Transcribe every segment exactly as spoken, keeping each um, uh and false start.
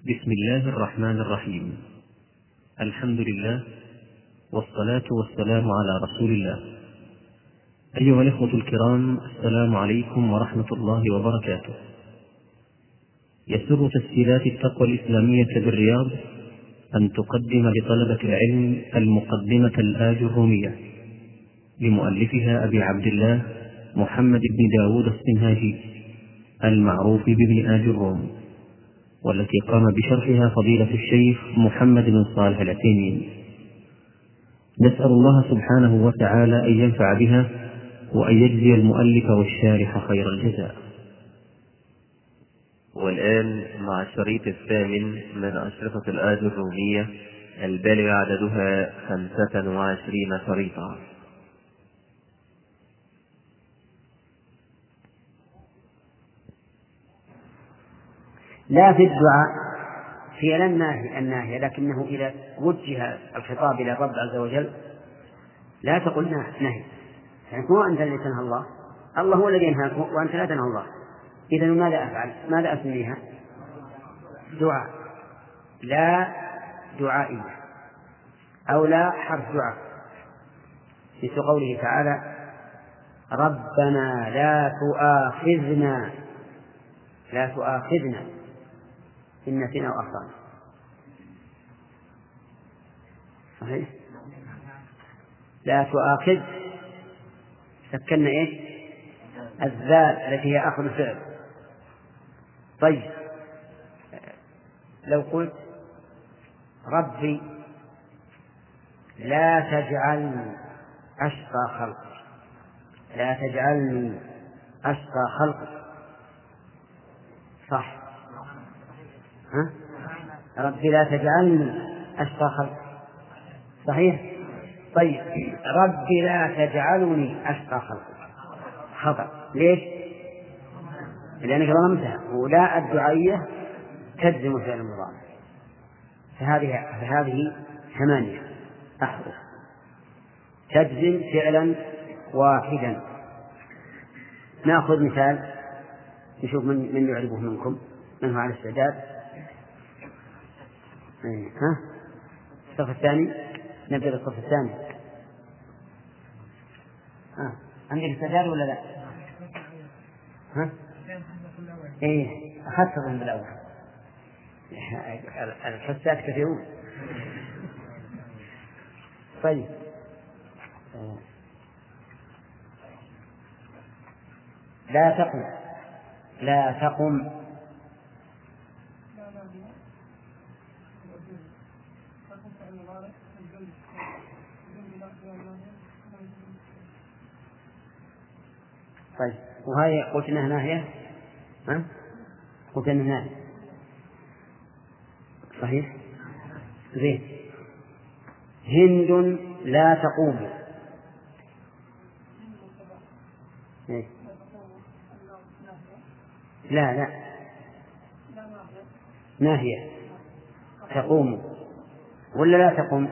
بسم الله الرحمن الرحيم. الحمد لله والصلاة والسلام على رسول الله. أيها الإخوة الكرام، السلام عليكم ورحمة الله وبركاته. يسر تسجيلات التقوى الإسلامية بالرياض أن تقدم لطلبة العلم المقدمة الآجرومية لمؤلفها أبي عبد الله محمد بن داود السنهاجي المعروف بابن آجروم، والتي قام بشرحها فضيلة الشيخ محمد بن صالح العثيمين. نسأل الله سبحانه وتعالى أن ينفع بها وأن يجزي المؤلف والشارح خير الجزاء. والآن مع الشريط الثامن من أشرطة الآجرومية البالغ عددها خمسة وعشرين شريطا. لا في الدعاء فعل الناهي الناهي لكنه إذا وجه الخطاب إلى الرب عز وجل لا تقل نهي، يعني هو أنت الذي تنهى الله، الله هو الذي ينهاك وأنت لا تنهى الله. إذا ماذا أفعل؟ ماذا أسميها؟ دعاء. لا دعائية أو لا حرف دعاء، مثل قوله تعالى ربنا لا تؤاخذنا لا تؤاخذنا إن نسينا وأخطأنا. صحيح؟ لا تؤاخذ سكننا إيش؟ الذال التي هي آخر الفعل. طيب لو قلت ربي لا تجعلني أشقى خلقك، لا تجعلني أشقى خلقك، صح؟ ها؟ ربي لا تجعلني أشقى خلقك، صحيح؟ طيب ربي لا تجعلني أشقى خلقك، خطأ. ليش؟ لأنك ظلمتها، ولا الدعائية تجزم فعل المضارع، فهذه فهذه ثمانية أحرف تجزم فعلا واحدا. نأخذ مثال نشوف من من يعرفه منكم، من هو على الاستعداد؟ ها؟ الصف الثاني، نبدأ بالصف الثاني. ها عندك استعداد ولا لا؟ ها؟ إيه أخذتهم بالأول، الحسات كثيرون. طيب لا تقم لا تقم طيب وهي قلت انها ناهية، ها؟ قلت انها ناهية، صحيح؟ زين. هند لا تقوم، إيه؟ لا لا ناهية تقوم ولا لا تقوم؟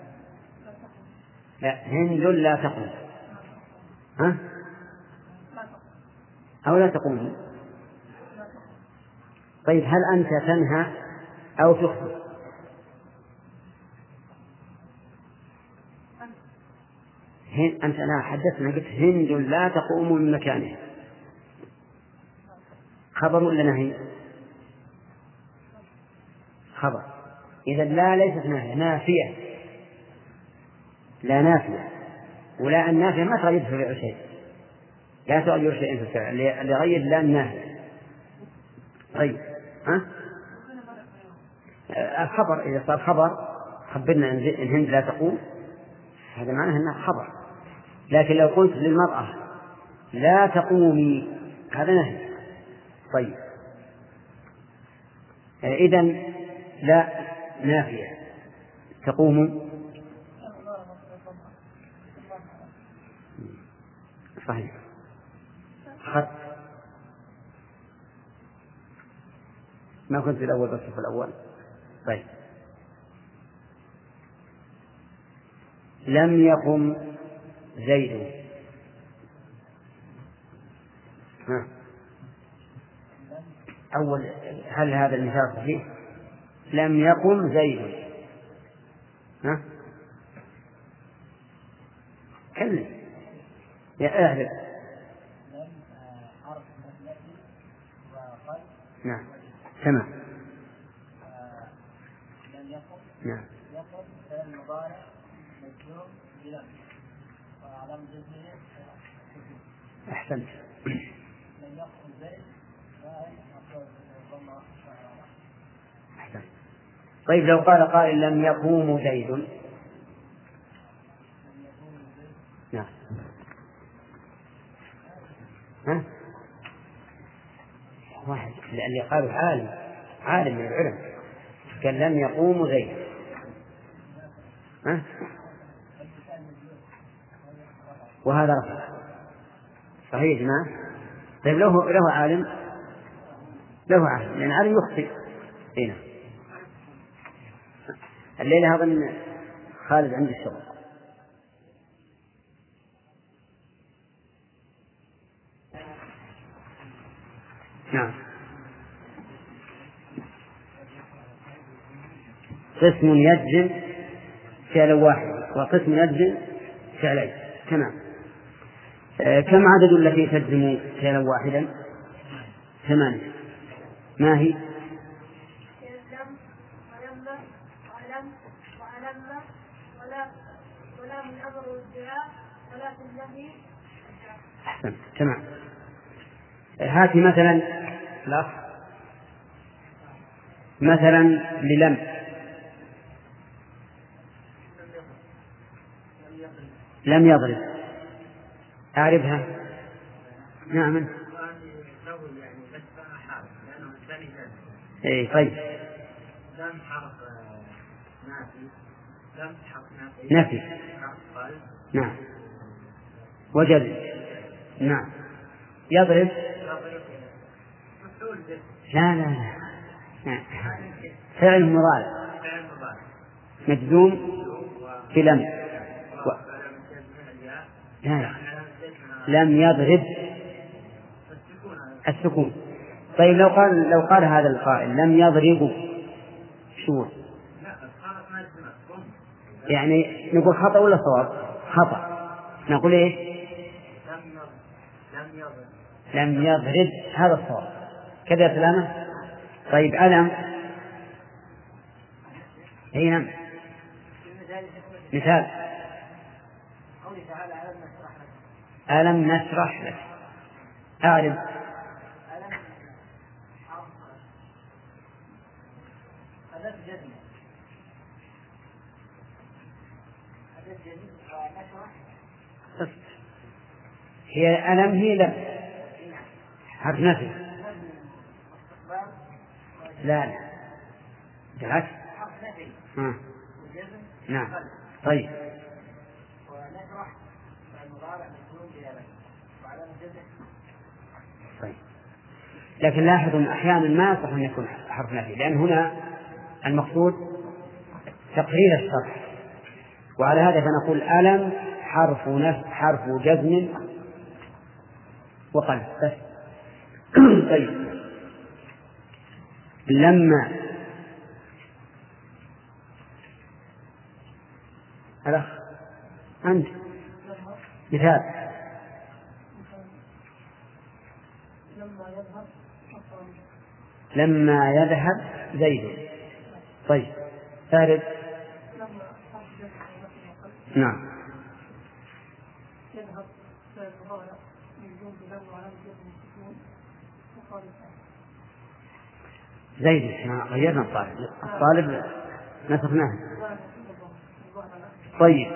لا هند لا تقوم، ها؟ أو لا تقوم. طيب هل أنت تنهى أو تخبر؟ أنت لا حدثنا قلت هند لا تقوم من مكانها، خبر ولا نهي؟ خبر. إذا لا ليست نافية، نافية لا نافية، ولا النافية ما تغير في فعل شيء، لا تغير شيء في الفعل لغير لا النافية. طيب ها؟ الخبر إذا صار خبر خبرنا إن هند لا تقوم، هذا معناه أنه خبر. لكن لو قلت للمرأة لا تقومي هذا نهي. طيب إذن لا نافية تقوم، صحيح. خط ما كنت في الأول بس في الأول. طيب لم يقم زيد، ها أول هل هذا المثال صحيح؟ لم يقم زيد. ها كلم يا أهل. نعم تمام. نعم أحسنت. أحسنت. طيب لو قال قائل لم يقوم زيد. نعم ها واحد اللي قالوا عالم عالم من العلم قال لم يقوم زيد. ها وهذا رفع صحيح يا جماعة. طيب له له عالم له عالم لأن عالم يخطئ. هنا الليلة أظن خالد عند الشغل. نعم قسم يجزم فعلا واحد وقسم يجزم فعلين. تمام. آه كم عدد التي تجزم فعلا واحدا؟ ثمانية. ما هي؟ أحسن. تمام. هاتي مثلا لا مثلا للم لم يضرب أعرفها. نعم إيه طيب لم حرف نافي لم حرف نافي نفي. نعم وجد. نعم يضرب لا لا لا فعل مضارع مجزوم بلم و... لا لم يضرب السكون. طيب لو قال لو قال هذا القائل لم يضربوا شو يعني نقول خطأ ولا صواب؟ خطأ. نقول ايش؟ لم يضرب هذا الصواب كذا سلامة. طيب ألم هنا مثال ألم نشرح لك أعرف هي ألم هي لم حرف نفي. لا لا بالعكس. نعم طيب طيب لكن لاحظوا أحيانا ما يصح أن يكون حرف نفي لأن هنا المقصود تقرير الشرح. وعلى هذا فنقول ألم حرف نفي حرف جزم وقلب بس. طيب لما هذا أنت مثال لما يذهب زيد. طيب ثالث نعم زيد ما غيرنا الطالب الطالب نسخناه. طيب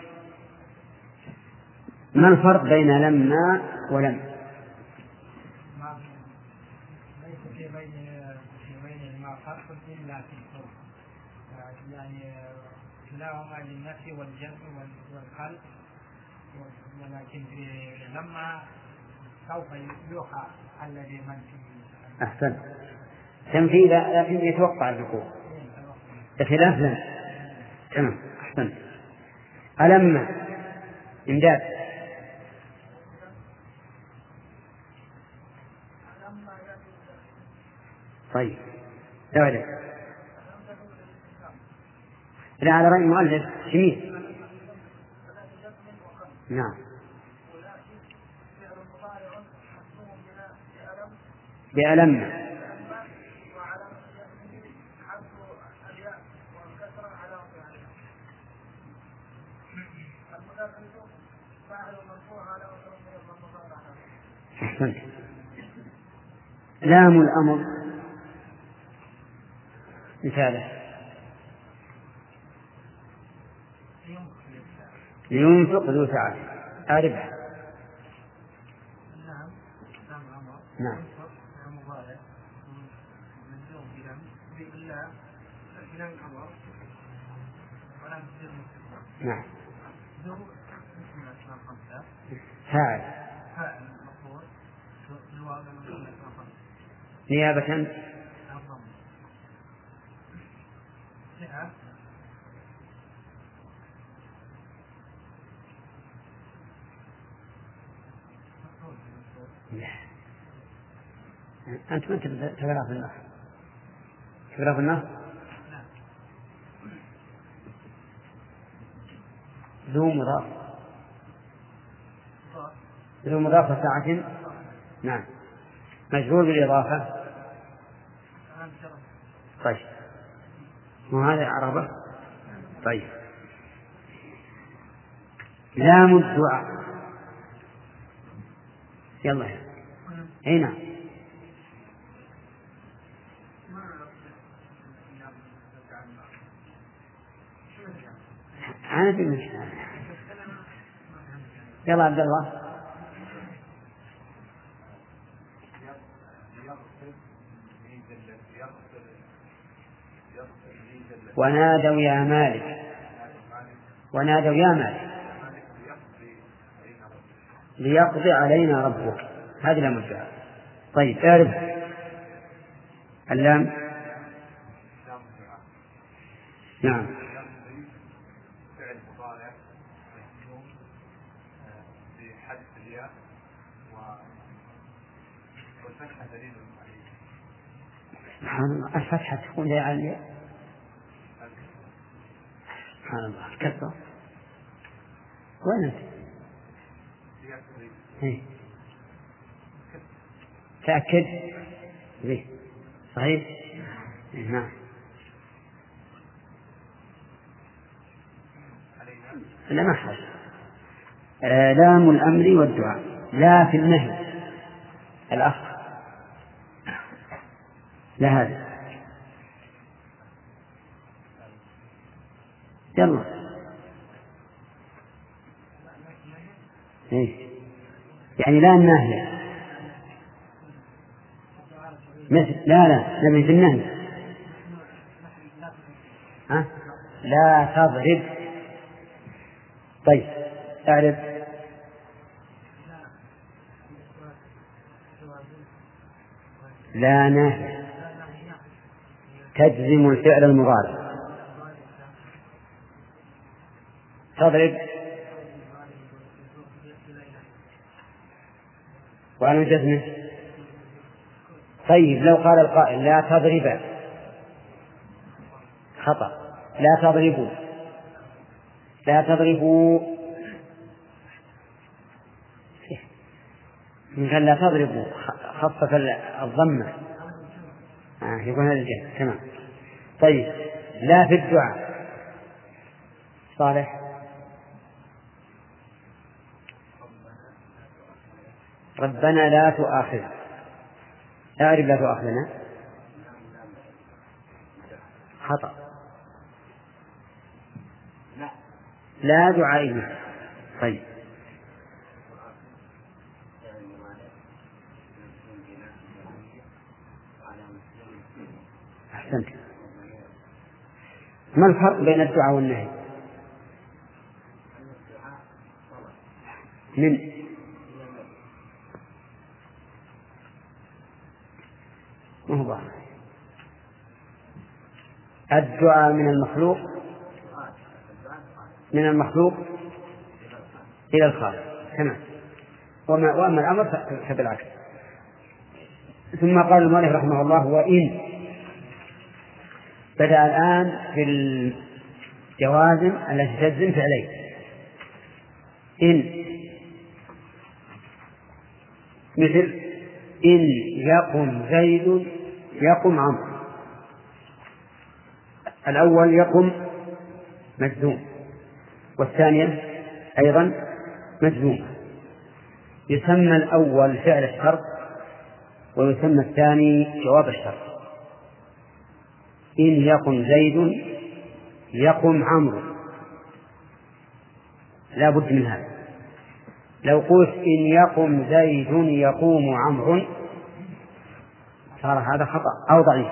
ما الفرق بين لما ولم؟ ليس في بين بين ما فرق إلا في الصوت يعني كلاهما للنفي والجزم والخلق ولكن في لما سوف يوحى الذي من فيه. أحسن تنفيذ لكن يتوقع الوقوع بخلاف لم. تمام أحسن. ألم إمداد طيب دولة لا، على رأي المؤلف جميل. نعم. بألم. أحسنت. لام الأمر مثاله لينفق ذو سعة. أعرفها. نعم. نعم. فاعل نيابة. أنت ما تقرأ في النص. تقرأ في النص ذو مضاف ذو مضافة ساعة. نعم. مجرور بالإضافة. طيب، وهذا عربة. طيب، لام الدعاء. يلا هنا أنا بالمشهد. يلا عبد الله. ونادوا يا مالك. ونادوا يا مالك ليقضي علينا ربك. هذه لام الدعاء. طيب، اعرف اللام. نعم. سبحان الله، الفتحة تكون لي على سبحان الله. الكسرة وين أنت؟ تأكد به. صحيح. نعم. لا ما حاجة. آه لام الأمر والدعاء. لا في النهي الأخ. لا هذا. يلا. إيه؟ يعني لا النهي مثل لا لا نبي في النهي. ها؟ لا تضرب. طيب، أعرف. لا نهي تجزم الفعل المضارع. تضرب وعلى جزمه. طيب، لو قال القائل لا تضرب خطأ. لا تضربوا لا تضربوا إن قال لا تضربوا خفف الضمة. آه يكون هذا الجهة. تمام. طيب، لا في الدعاء. صالح. ربنا لا تؤاخذنا. أعرف لا تؤاخذنا. خطأ. لا دعائنا. طيب، أحسنت. ما الفرق بين الدعاء والنهي؟ من ما هو ظاهر. الدعاء من المخلوق من المخلوق إلى الخالق. تمام. وأما الأمر فبالعكس. ثم قال المؤلف رحمه الله: وإن. بدأ الآن في جوازم التي تجزم فعلين. إن مثل إن يقم زيد يقم عمرو. الأول يقم مجزوم والثانية أيضا مجزومة. يسمى الأول فعل الشرط ويسمى الثاني جواب الشرط. إن يقم زيد يقم عمرو لا بد من هذا. لو قلت إن يقم زيد يقوم عمرو صار هذا خطأ أو ضعيف.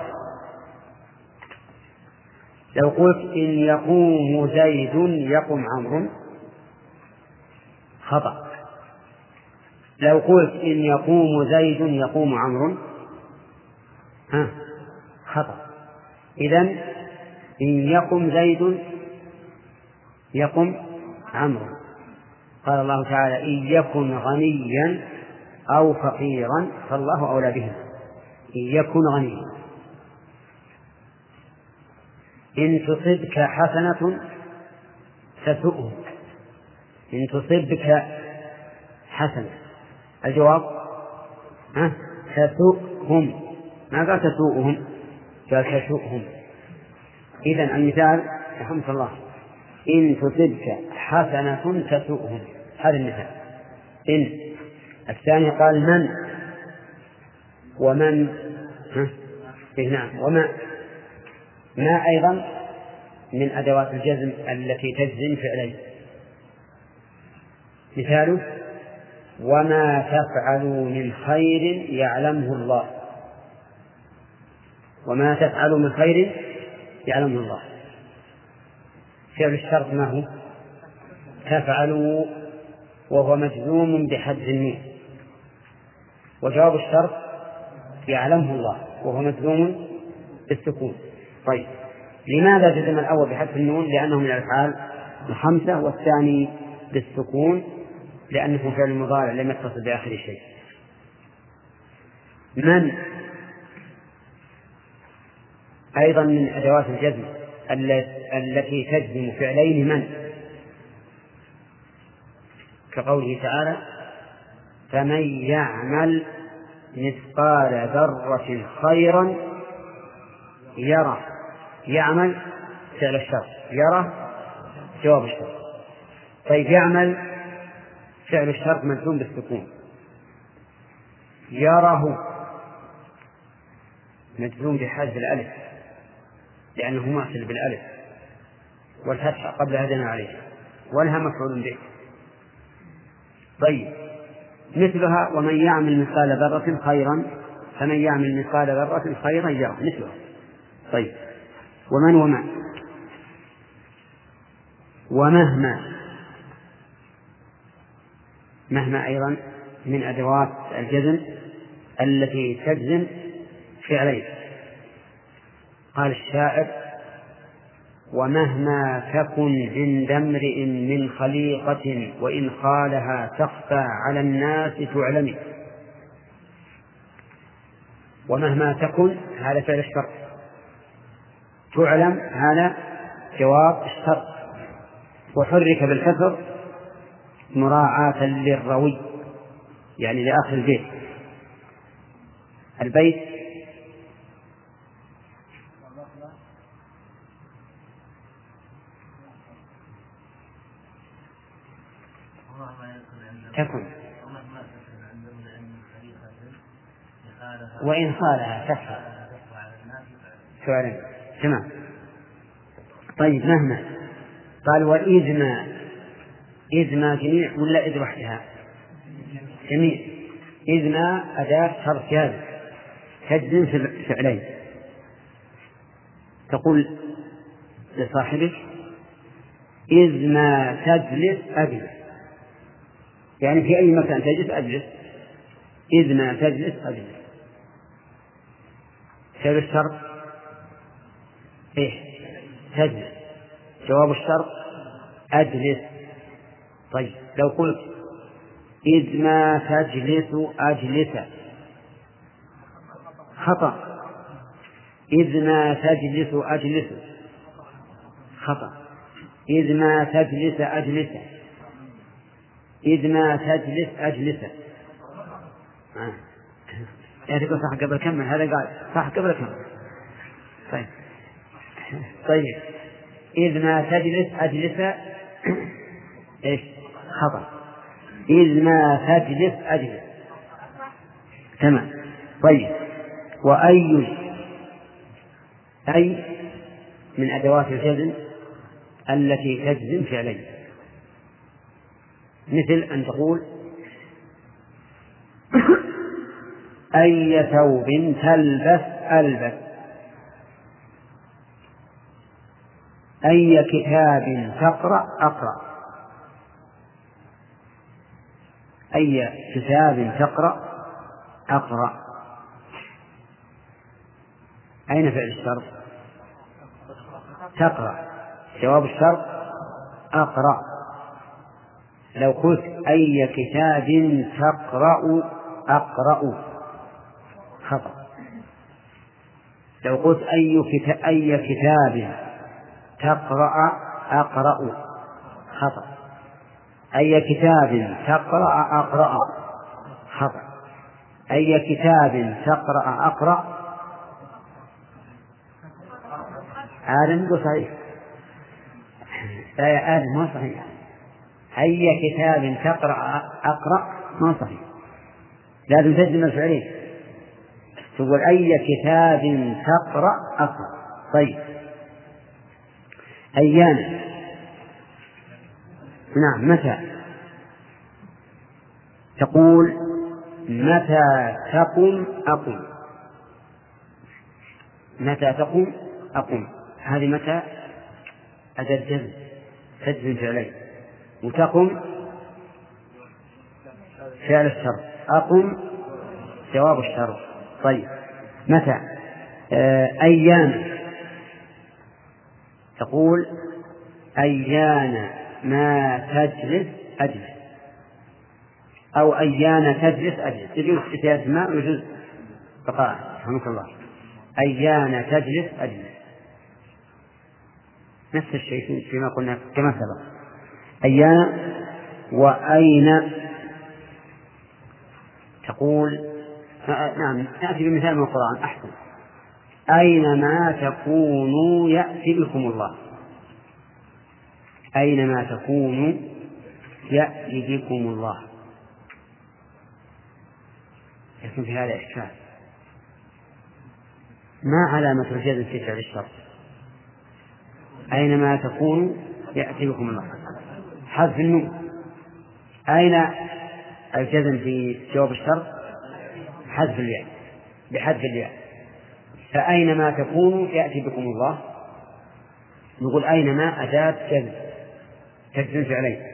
لو قلت إن يقوم زيد يقم عمرو خطأ. لو قلت إن يقوم زيد يقوم عمرو ها خطأ. إذن إن يقم زيد يقم عمرو. قال الله تعالى إن يكن غنيا أو فقيرا فالله أولى بهما. إن يكن غنيا. إن تصبك حسنة تسؤهم. إن تصبك حسنة الجواب ها تسؤهم ما قال تسوءهم قال تسؤهم. إذن المثال رحمة الله إن تصبك حسنة تسؤهم هذا المثال. إن الثاني قال من ومن ها نعم وما ما أيضا من أدوات الجزم التي تجزم فعلين. مثاله وما تفعلوا من خير يعلمه الله. وما تفعلوا من خير يعلمه الله. فعل الشرط ما هو تفعلوا وهو مجزوم بحذف النون. وجواب الشرط يعلمه الله وهو مجزوم بالسكون. طيب لماذا جزم الأول بحذف النون؟ لأنه من الأفعال الخمسة والثاني بالسكون لأنه فعل مضارع لم يتصل بآخر شيء. من أيضا من أدوات الجزم التي تجزم فعلين من كقوله تعالى فمن يعمل مثقال ذرة خيرا يرى. يعمل فعل الشرط يرى جواب الشرط. طيب يعمل فعل الشرط مجزوم بالسكون يراه مجزوم بحذف الألف لأنه مؤثر بالألف والفتحة قبلها دنا عليه ولها مفعول به. طيب مثلها ومن يعمل مثقال ذرة خيرا فمن يعمل مثقال ذرة خيرا يرى مثلها. طيب ومن وما ومهما مهما أيضا من أدوات الجزم التي تجزم فعلين. قال الشاعر ومهما تكن عند امرئ من خليقة وإن خالها تخفى على الناس تعلمي. ومهما تكن هذا فعل الشرط تعلم هذا جواب الشرط وحرك بالكسر مراعاة للروي يعني لآخر البيت. البيت تكن وإن خالها تفعل فعلا تمام. طيب مهما قال وإذ ما إذ ما جميع ولا إذ وحدها جميع. إذ ما أداة شرط جازم تجزم في فعلين. تقول لصاحبك إذ ما تجلس أجلس يعني في أي مكان تجلس أجلس. إذ ما تجلس أجلس فعل الشرط إيه تجلس جواب الشرط أجلس. طيب لو قلت إذ ما تجلس أجلس خطأ. إذ ما تجلس أجلس خطأ. إذ ما تجلس أجلس، إذ ما تجلس أجلس. آه. يعني تقول صح قبل كم؟ هذا قال صح قبل كم؟ طيب طيب إذ ما تجلس أجلس إيش؟ خطأ. إذ ما تجلس أجلس. تمام. طيب وأي، أي من أدوات الجزم التي تجزم فعلين، مثل أن تقول أي ثوب تلبس ألبس، أي كتاب تقرأ أقرأ، أي كتاب تقرأ أقرأ. أين فعل الشرط؟ تقرأ. جواب الشرط أقرأ. لو قلت أي كتاب تقرأ أقرأ خطأ. لو قلت أي كتاب, أي كتاب تقرأ أقرأ خطأ. أي كتاب تقرأ أقرأ خطأ. أي كتاب تقرأ أقرأ آدم يقول صحيح. لا يا آدم ما صحيح. أي كتاب تقرأ أقرأ ما صحيح، لازم تجزم الفعلين. تقول أي كتاب تقرأ أقرأ. طيب أيام، نعم متى، تقول متى تقم أقم، متى تقم أقم. هذه متى أداة جزم تجزم فعلين، وتقم فعل الشرط، أقم جواب الشرط. طيب متى آه أيام، تقول أيان ما تجلس أجلس، أو أيان تجلس أجلس، يجوز إتيان ما ويجوز بقاء. رحمك الله. أيان تجلس أجلس نفس الشيء فيما قلنا كما سبق. أيان. وأين، تقول آه نعم نأتي بمثال من القرآن أحسن. أينما تكونوا يأتي بكم الله، أينما تكونوا يأتي بكم الله. لكن في هذا إشكال، ما علامة الجزم في فعل الشرط؟ أينما تكونوا يأتي بكم الله، حذف النون. أين الجزم في جواب الشرط؟ حذف الياء، بحذف الياء. فأينما تكونوا يأتي بكم الله، نقول أينما أداة جزم تجزم فعلين،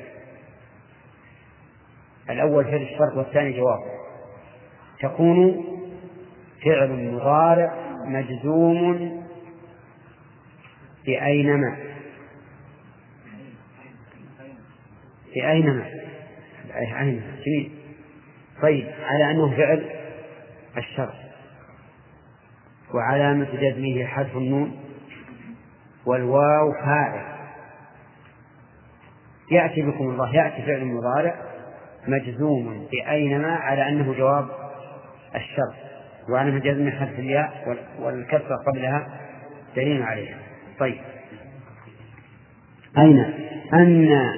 الأول فعل الشرط والثاني جواب. تكون فعل مضارع مجزوم بأينما، بأينما أينما جميل. طيب على أنه فعل الشرط، وعلامة جزمه حذف النون، والواو فاعل. يأتي بكم الله، يأتي فعل مضارع مجزوم بأينما على أنه جواب الشرط، وعلامة جزمه حذف الياء والكسرة قبلها دليل عليها. طيب أين أن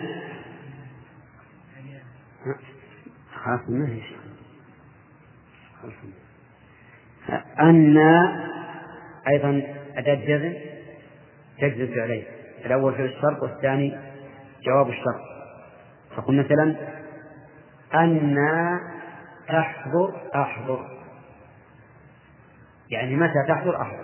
خلاص ما هي أن أيضا أداة جزم تجزم فعلين، الأول فعل الشرط والثاني جواب الشرط. فقل مثلا أن تحضر أحضر، يعني متى تحضر أحضر.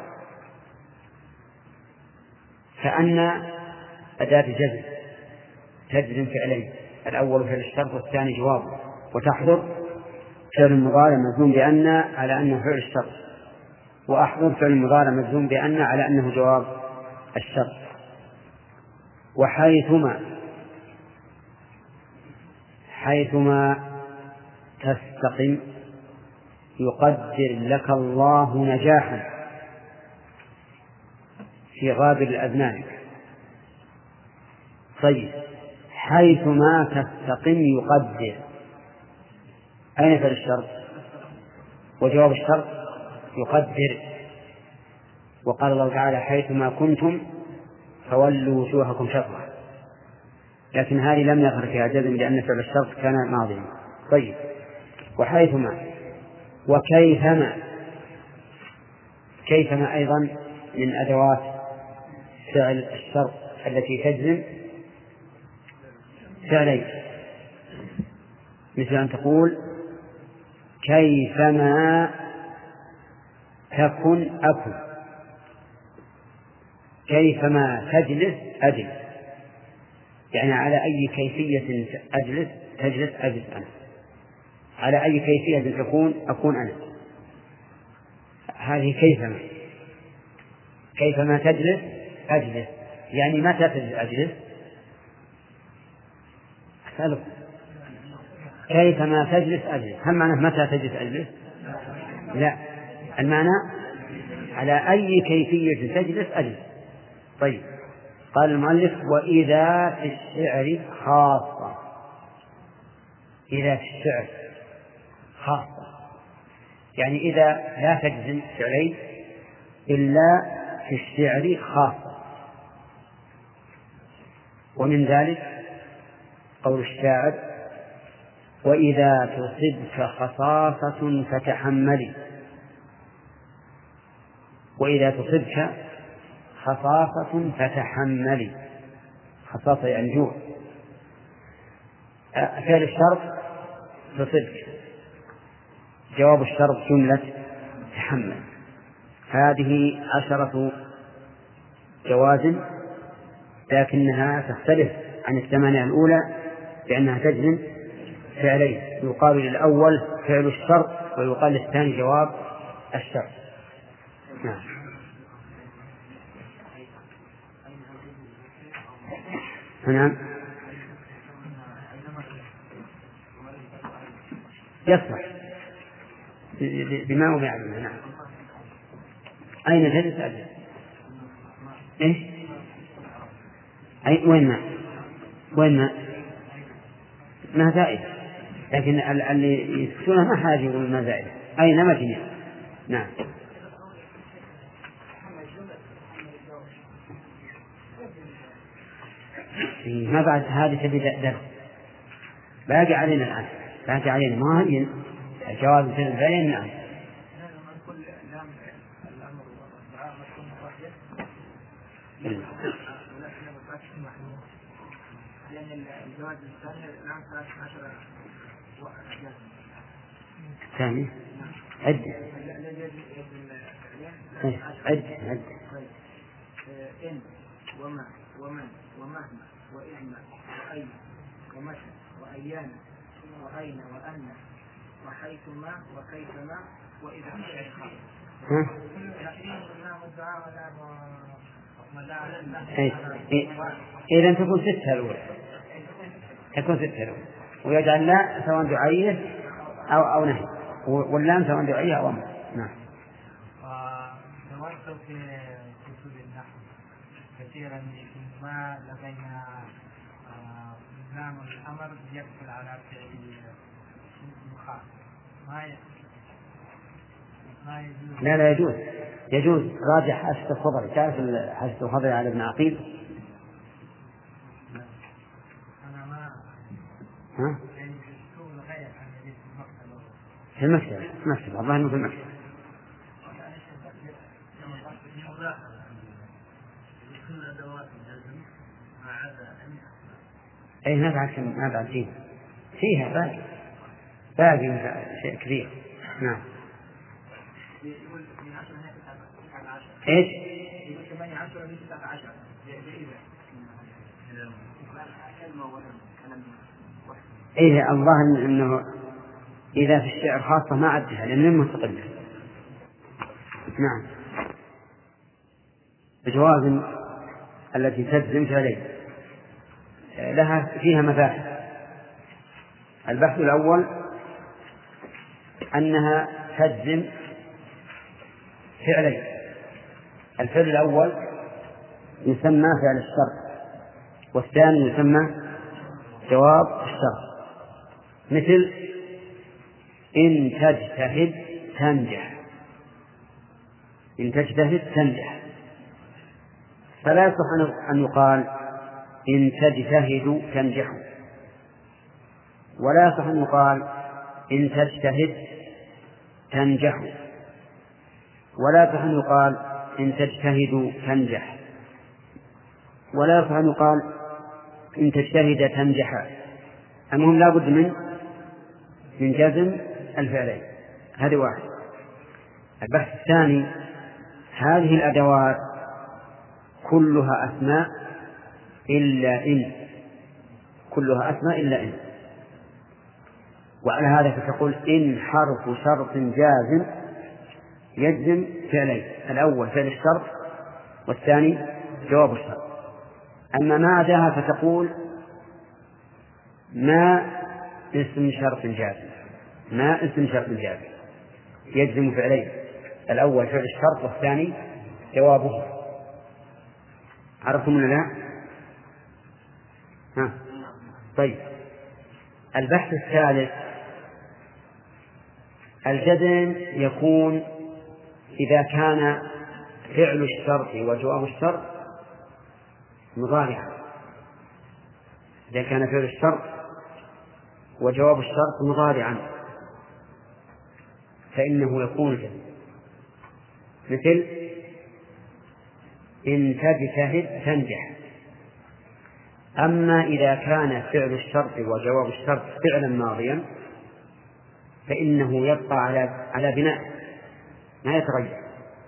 فأن أداة جزم تجزم فعلين، الأول فعل الشرط والثاني جوابه. وتحضر فعل مضارع مجزوم بأن على أنه فعل الشرط، وأحضر فعل مضارع مجزوم بأن على أنه جواب الشرط. وحيثما، حيثما تستقم يقدر لك الله نجاحا في غابر الأذنان. طيب، حيثما تستقم يقدر، أين فعل الشرط؟ وجواب الشرط يقدر. وقال الله تعالى حيثما كنتم فولوا وجوهكم شطرة، لكن هذه لم يظهر فيها جزم لأن فعل الشرط كان ماضيا. طيب، وحيثما وكيفما، كيفما أيضا من أدوات فعل الشرط التي تجزم فعلين، مثل أن تقول كيفما تكن أكن، كيفما تجلس أجلس، يعني على أي كيفية أجلس تجلس أجلس أنا، على أي كيفية تكون أكون أنا. هذه كيفما، كيفما تجلس أجلس، يعني متى تجلس أجلس؟ أسألك كيفما تجلس أجلس، هل معنى متى تجلس أجلس؟ لا، المعنى على أي كيفية تجلس أجلس. طيب، قال المؤلف وإذا في الشعر خاصة، إذا في الشعر خاصة يعني إذا لا تجزم فعلين إلا في الشعر خاصة. ومن ذلك قول الشاعر وإذا تصبك خصاصة فتحملي، وإذا تصبك خصاصة فتحملي، خصاصة يعني جوع. فعل الشرط تصبك، جواب الشرط جملة تحمل. هذه عشرة جوازم، لكنها تختلف عن الثمانية الأولى لأنها تجزم فعلين، يقال للأول فعل الشرط ويقال للثاني جواب الشرط. نعم. نعم، يصلح بما أمع به. نعم. أين جلس أجل؟ إيه؟ أي وين ما وين ما ما زائد، لكن اللي يسكتونه ما حاجة يقول ما زائد، أين ما جنيه. نعم. ما بعد هذه تبي درس باقي علينا الآن، باقي علينا ما هي جواز في البيان. نعم. ثاني عد عد عد إن وما ومن ومهما وإعما وأين ومتى وأيانا وأين وأن وحيثما وكيفما وإذا الشعر خاص. إذا تكون ستة الأولى، تكون ستة الأولى، ويجعل لا سواء دعائية أو أو نهي، واللام سواء دعائية أو أمر. نعم. نود في كتب النحو كثيرا ما لدينا لام الأمر يدخل على فعل المخاطب، ما ما يجوز. لا لا يجوز، يجوز. راجع حاشية الخضري، تعرف حاشية الخضري على ابن عقيل؟ أنا ما ها؟ يعني السوق غير عن في المكتب، في المكتب، الله إنه في المكتب. أي ما بعد ما بعد فيها فيها باقي باقي شيء كبير. نعم. إيش؟ إيه الله إنه إذا في الشعر خاصة ما عدها لأنه مستقلة. نعم. الجواز التي تجزم فعلين لها فيها مباحث. البحث الأول أنها تجزم فعلين. الفعل الأول يسمى فعل الشرط والثاني يسمى جواب الشرط، مثل إن تجتهد تنجح، إن تجتهد تنجح، فلا يصح أن يقال إن تجتهد تنجح، ولا يصح أن يقال إن تجتهد تنجح، ولا يصح أن يقال إن تجتهد تنجح، ولا يصح أن يقال إن تجتهد تنجح. المهم لا بد من من جزم الفعلين. هذه واحد. البحث الثاني: هذه الأدوات كلها أسماء إلا إن، كلها أسماء إلا إن، وعلى هذا فتقول إن حرف شرط جازم يجزم فعلين: الأول فعل الشرط والثاني جواب الشرط. أما ما عداها فتقول ما اسم شرط جازم، ما اسم شرط جازم يجزم فعلين: الأول فعل الشرط والثاني جوابه. عرفتم ولا لا؟ ها. طيب، البحث الثالث: الجزم يكون إذا كان فعل الشرط وجواب الشرط مضارعا. إذا كان فعل الشرط وجواب الشرط مضارعا فإنه يكون جزم، مثل إن تجتهد تنجح. أما إذا كان فعل الشرط وجواب الشرط فعلا ماضيا فإنه يبقى على على بناء، ما يتغير،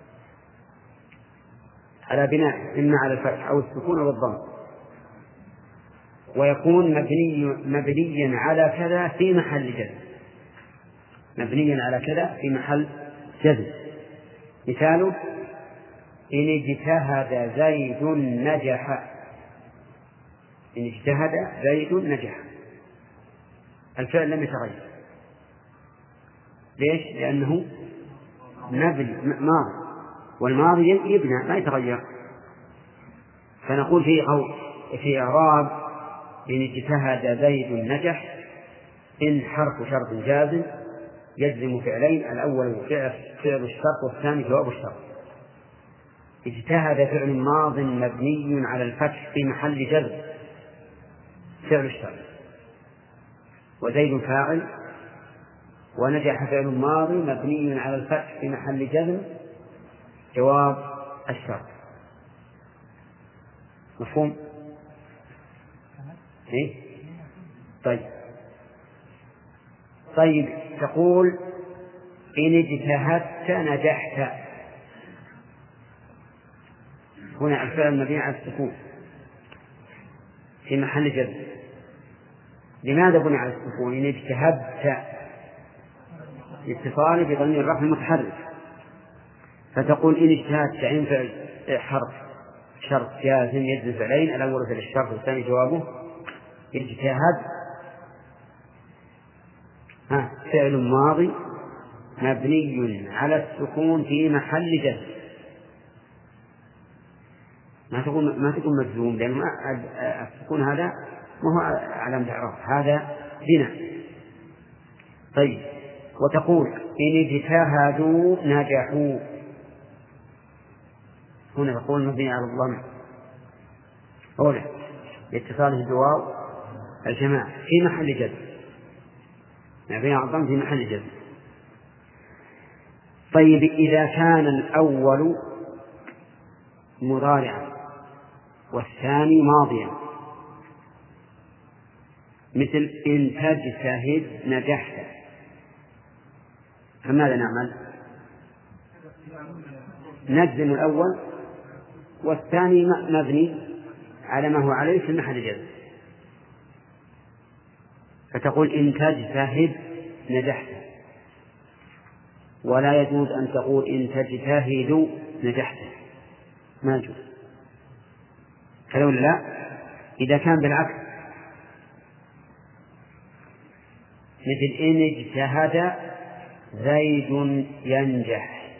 على بناء إما على الفتح أو السكون أو الضم، ويكون مبني مبنيا على كذا في محل جزم، مبنيا على كذا في محل جزم. مثاله: إن اجتهد زيد نجح، إن اجتهد زيد نجح، الفعل لم يتغير. ليش؟ لأنه مبني ماضي، والماضي يبنى ما يتغير. فنقول في قول في إعراب إن اجتهد زيد نجح: إن حرف شرط جازم يجزم فعلين: الأول فعل فعل الشرط والثاني جواب الشرط. اجتهد فعل ماض مبني على الفتح في محل جزم فعل الشرط، وزيد فاعل، ونجح فعل ماضي مبني على الفتح في محل جزم جواب الشرط. مفهوم؟ إيه؟ طيب طيب تقول إن اجتهدت نجحت، هنا الفعل مبني على السكون في محل جزم. لماذا بني على السكون؟ إن اجتهدت اتصال بضمير الرفع المتحرك، فتقول إن اجتهدت عين فعل حرف شرط جازم يجزم فعلين: الأول فعل الشرط والثاني جوابه. اجتهد ها فعل ماضي مبني على السكون في محل جزم، ما تكون ما تكون مجزوم، لأن السكون هذا ما هو علامة إعراب، هذا بناء. طيب، وتقول إن اجتهدوا نجحوا، هنا تقول مبني على الضم أولا لاتصاله بواو الجماعة في محل جزم، مبني على الضم في محل جزم. طيب، إذا كان الأول مضارعا والثاني ماضيا، مثل إن تجتهد نجحت، فماذا نعمل؟ نجزم الأول والثاني مبني على ما هو عليه في محل جزم، فتقول إن تجتهد نجحت، ولا يجوز أن تقول إن تجتهد نجحت، ما يجوز. فلولا لا، إذا كان بالعكس مثل إن اجتهد زيد ينجح،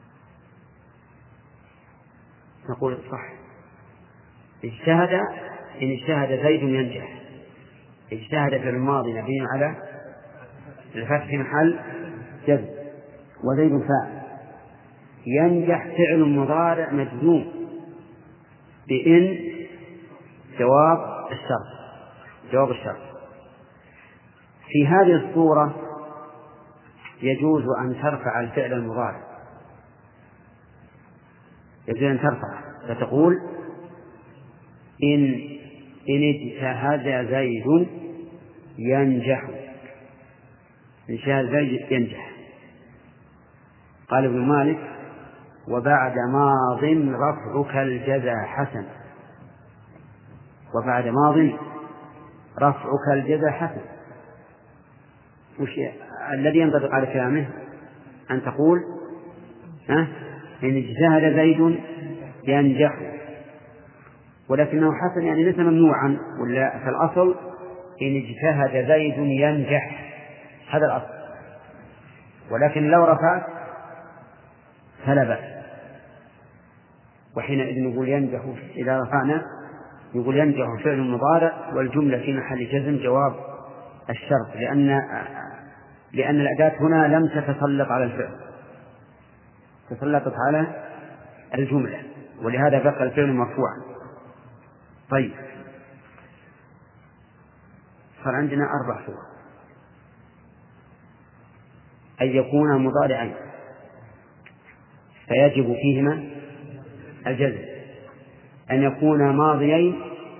نقول صح، اجتهد إن اجتهد زيد ينجح. اجتهد في الماضي مبني على الفتح في محل جزم وزيد فاعل. ينجح فعل مضارع مجزوم بإن جواب الشرط جواب الشرط. في هذه الصورة يجوز أن ترفع الفعل المضارع، يجوز أن ترفع فتقول إن إن اجتهد زيد ينجح. إن اجتهد زيد ينجح. قال ابن مالك: وبعد ماض رفعك الجزا حسن. وبعد ماض رفعك الجزا حسن. وش الذي ينطبق على كلامه؟ أن تقول ها إن اجتهد زيد ينجح، ولكنه حسن يعني ليس ممنوعا، ولا في الأصل إن اجتهد زيد ينجح، هذا الأصل. ولكن لو رفعت فلا بأس. وحينئذ نقول ينجح، إذا رفعنا يقول ينجح فعل مضارع والجملة في محل جزم جواب الشرط، لأن لأن الأداة هنا لم تتسلط على الفعل، تسلطت على الجملة، ولهذا بقى الفعل مرفوعا. طيب، صار عندنا أربع صور: أن يكون مضارعين فيجب فيهما الجزم، أن يكون ماضيين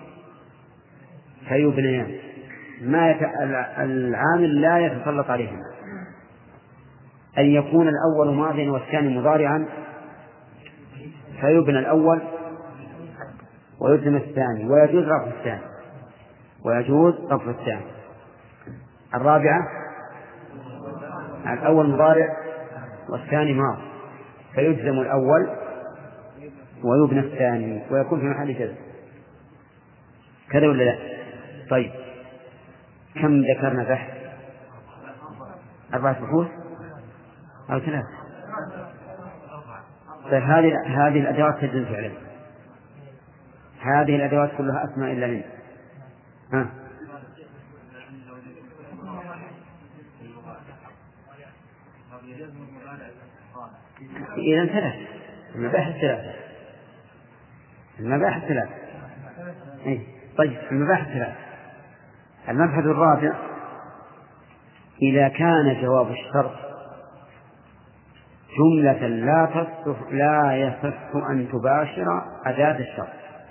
فيبنيان ما يت... العامل لا يتسلط عليهما، أن يكون الأول ماضيا والثاني مضارعا فيبنى الأول ويلزم الثاني، ويجوز رفع الثاني ويجوز رفع الثاني. الرابعة: الأول مضارع والثاني ماضي فيجزم الأول ويبنى الثاني ويكون في محل جزم. كذا ولا لا؟ طيب، كم ذكرنا بحث؟ أربعة بحوث أو ثلاثة؟ طيب، هذه هذه الأدوات تدل فعلا. هذه الأدوات كلها أسماء إلا من ها إذا ثلاثة. المباحث ثلاثة. المباحث ثلاثة. إيه؟ طيب، المباحث ثلاثة. المبحث الرابع: إذا كان جواب الشرط جملة لا تصح لا يصح أن تباشر أداة الشرط.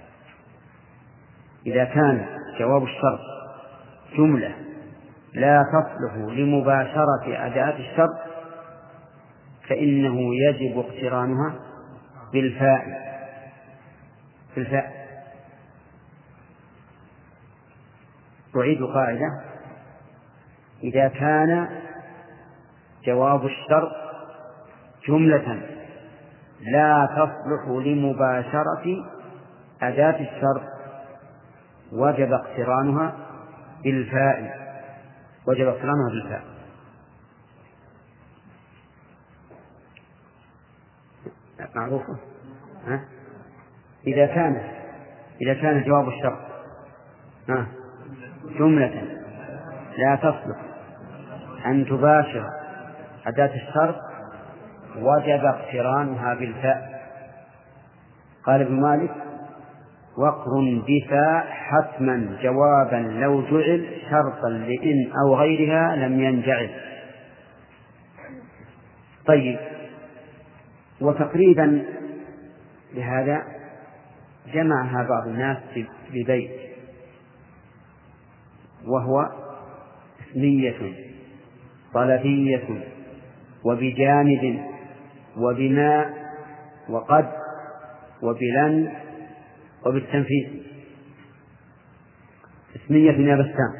إذا كان جواب الشرط جملة لا تصلح لمباشرة أداة الشرط فإنه يجب اقترانها بالفاء بالفاء. أعيد قاعدة: إذا كان جواب الشرط جملة لا تصلح لمباشرة أداة الشرط وجب اقترانها بالفاء وجب اقترانها بالفاء. معروفة؟ ها؟ إذا كان إذا كان جواب الشرط ها جملة لا تصلح أن تباشر أداة الشرط وجب اقترانها بالفاء. قال ابن مالك: وقر بفاء حتما جوابا لو جعل شرطا لإن أو غيرها لم ينجعل. طيب، وتقريبا لهذا جمعها بعض الناس ببيت، وهو اسمية طلبية وبجانب وبما وقد وبلن وبالتنفيذ. اسمية يا بسام،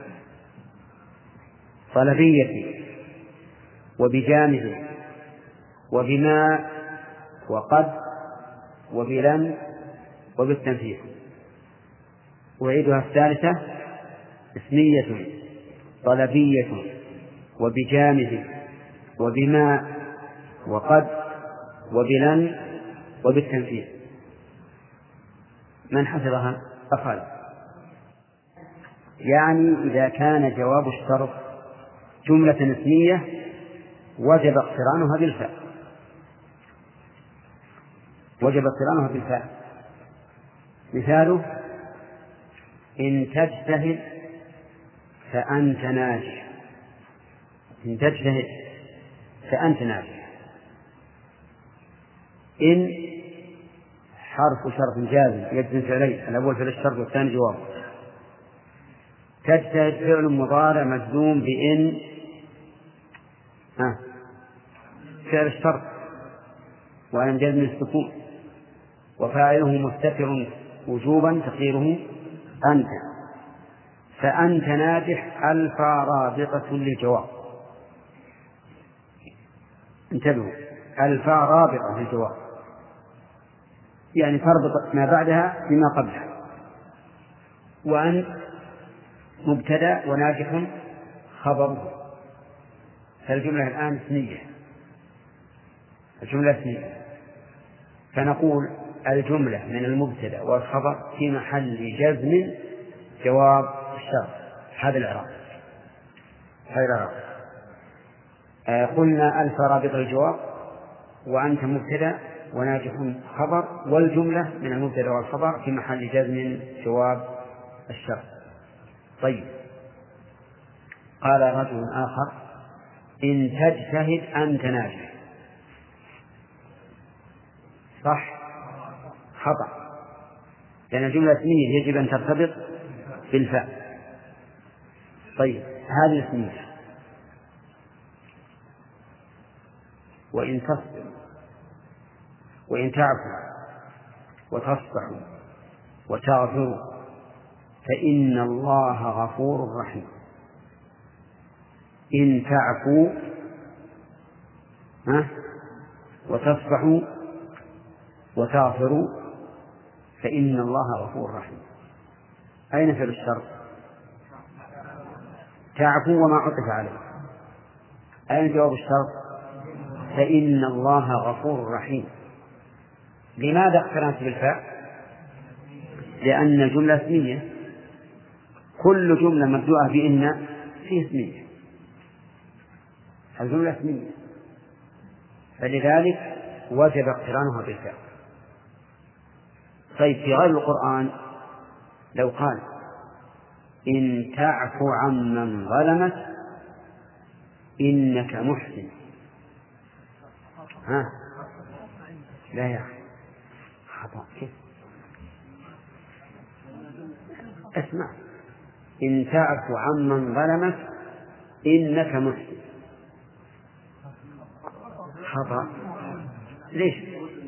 طلبية وبجانب وبما وقد وبلن وبالتنفيذ. أعيدها الثالثة: اسمية طلبية وبجانب وبما وقد وبلن وبالتنفيذ. من حفظها؟ أخذ يعني إذا كان جواب الشرط جملة اسمية وجب اقترانها بالفاء وجب اقترانها بالفاء مثاله: إن تجتهد فأنت ناجح. إن تجتهد فأنت ناجح. إن حرف شرط جازم يجزم فعلين، الأول فعل الشرط والثاني جواب. تجتهد فعل مضارع مجزوم بإن ها فعل الشرط وعن جزم السكون، وفاعله مستتر وجوبا تقديره أنت. فأنت ناجح ألف رابطة للجواب. انتبهوا، ألف رابطة للجواب يعني تربط ما بعدها بما قبلها. وأن مبتدأ وناجح خبره، فالجملة الآن اسمية، الجملة اسمية، فنقول الجملة من المبتدأ والخبر في محل جزم جواب الشرط. هذا الإعراب هذا الإعراب آه قلنا ألف رابط الجواب، وأنت مبتدأ وناجح خبر، والجملة من المبتدأ والخبر في محل جزم جواب الشرط. طيب، قال رجل آخر: إن تجتهد أنت ناجح. صح؟ خطأ، لأن الجملة اسمية يجب أن ترتبط بالفاء. طيب، هذه اسمية. وإن تصبر وإن تعفوا وتصفحوا وتغفروا فإن الله غفور رحيم. إن تعفوا ها وتصفحوا وتغفروا فإن الله غفور رحيم. أين فعل الشرط؟ تعفوا وما عطف عليه. أين جواب الشرط؟ فإن الله غفور رحيم. لماذا اقترنت بالفاء؟ لأن الجملة اسمية، كل جملة مبدوءة بإن فيه اسمية، الجملة اسمية، فلذلك وجب اقترانها بالفاء. طيب، في غير القرآن لو قال: إن تعفو عمن ظلمك إنك محسن. ها لا يا أخي، خطأ. كيف؟ اسمع: إن تعفو عمن ظلمك إنك محسن. خطأ. ليش؟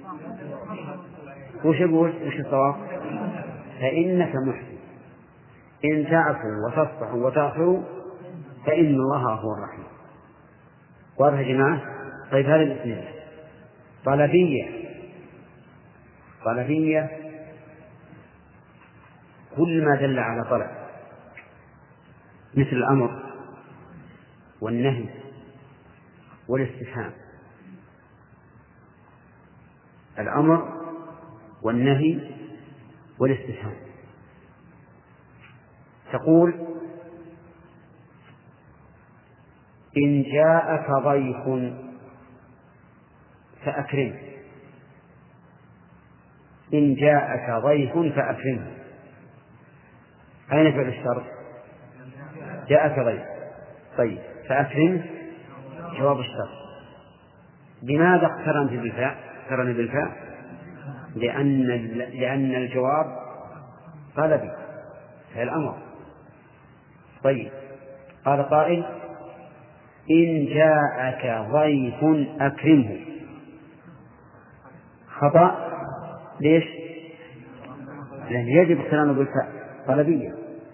وش يقول؟ وش الصواب؟ فإنك محسن. إن تعفوا وتصفحوا وتغفروا فإن الله غفور رحيم. واضح يا جماعة؟ طيب، هذه الاثنين طلبية. طلبية كل ما دل على طلب، مثل الأمر والنهي والاستفهام. الأمر والنهي والاستفهام. تقول: إن جاءك ضيف فأكرمه. إن جاءك ضيف فأكرمه. أين فعل الشرط؟ جاءك ضيف. طيب، فأكرمه جواب الشرط. لماذا اقترنت بالفاء؟ اقترن بالفاء لأن لأن الجواب طلبي، هي الأمر. طيب، قال قائل: إن جاءك ضيف أكرمه. خطأ. ليش؟ لأن يجب اقترانه بالفاء، طلبية.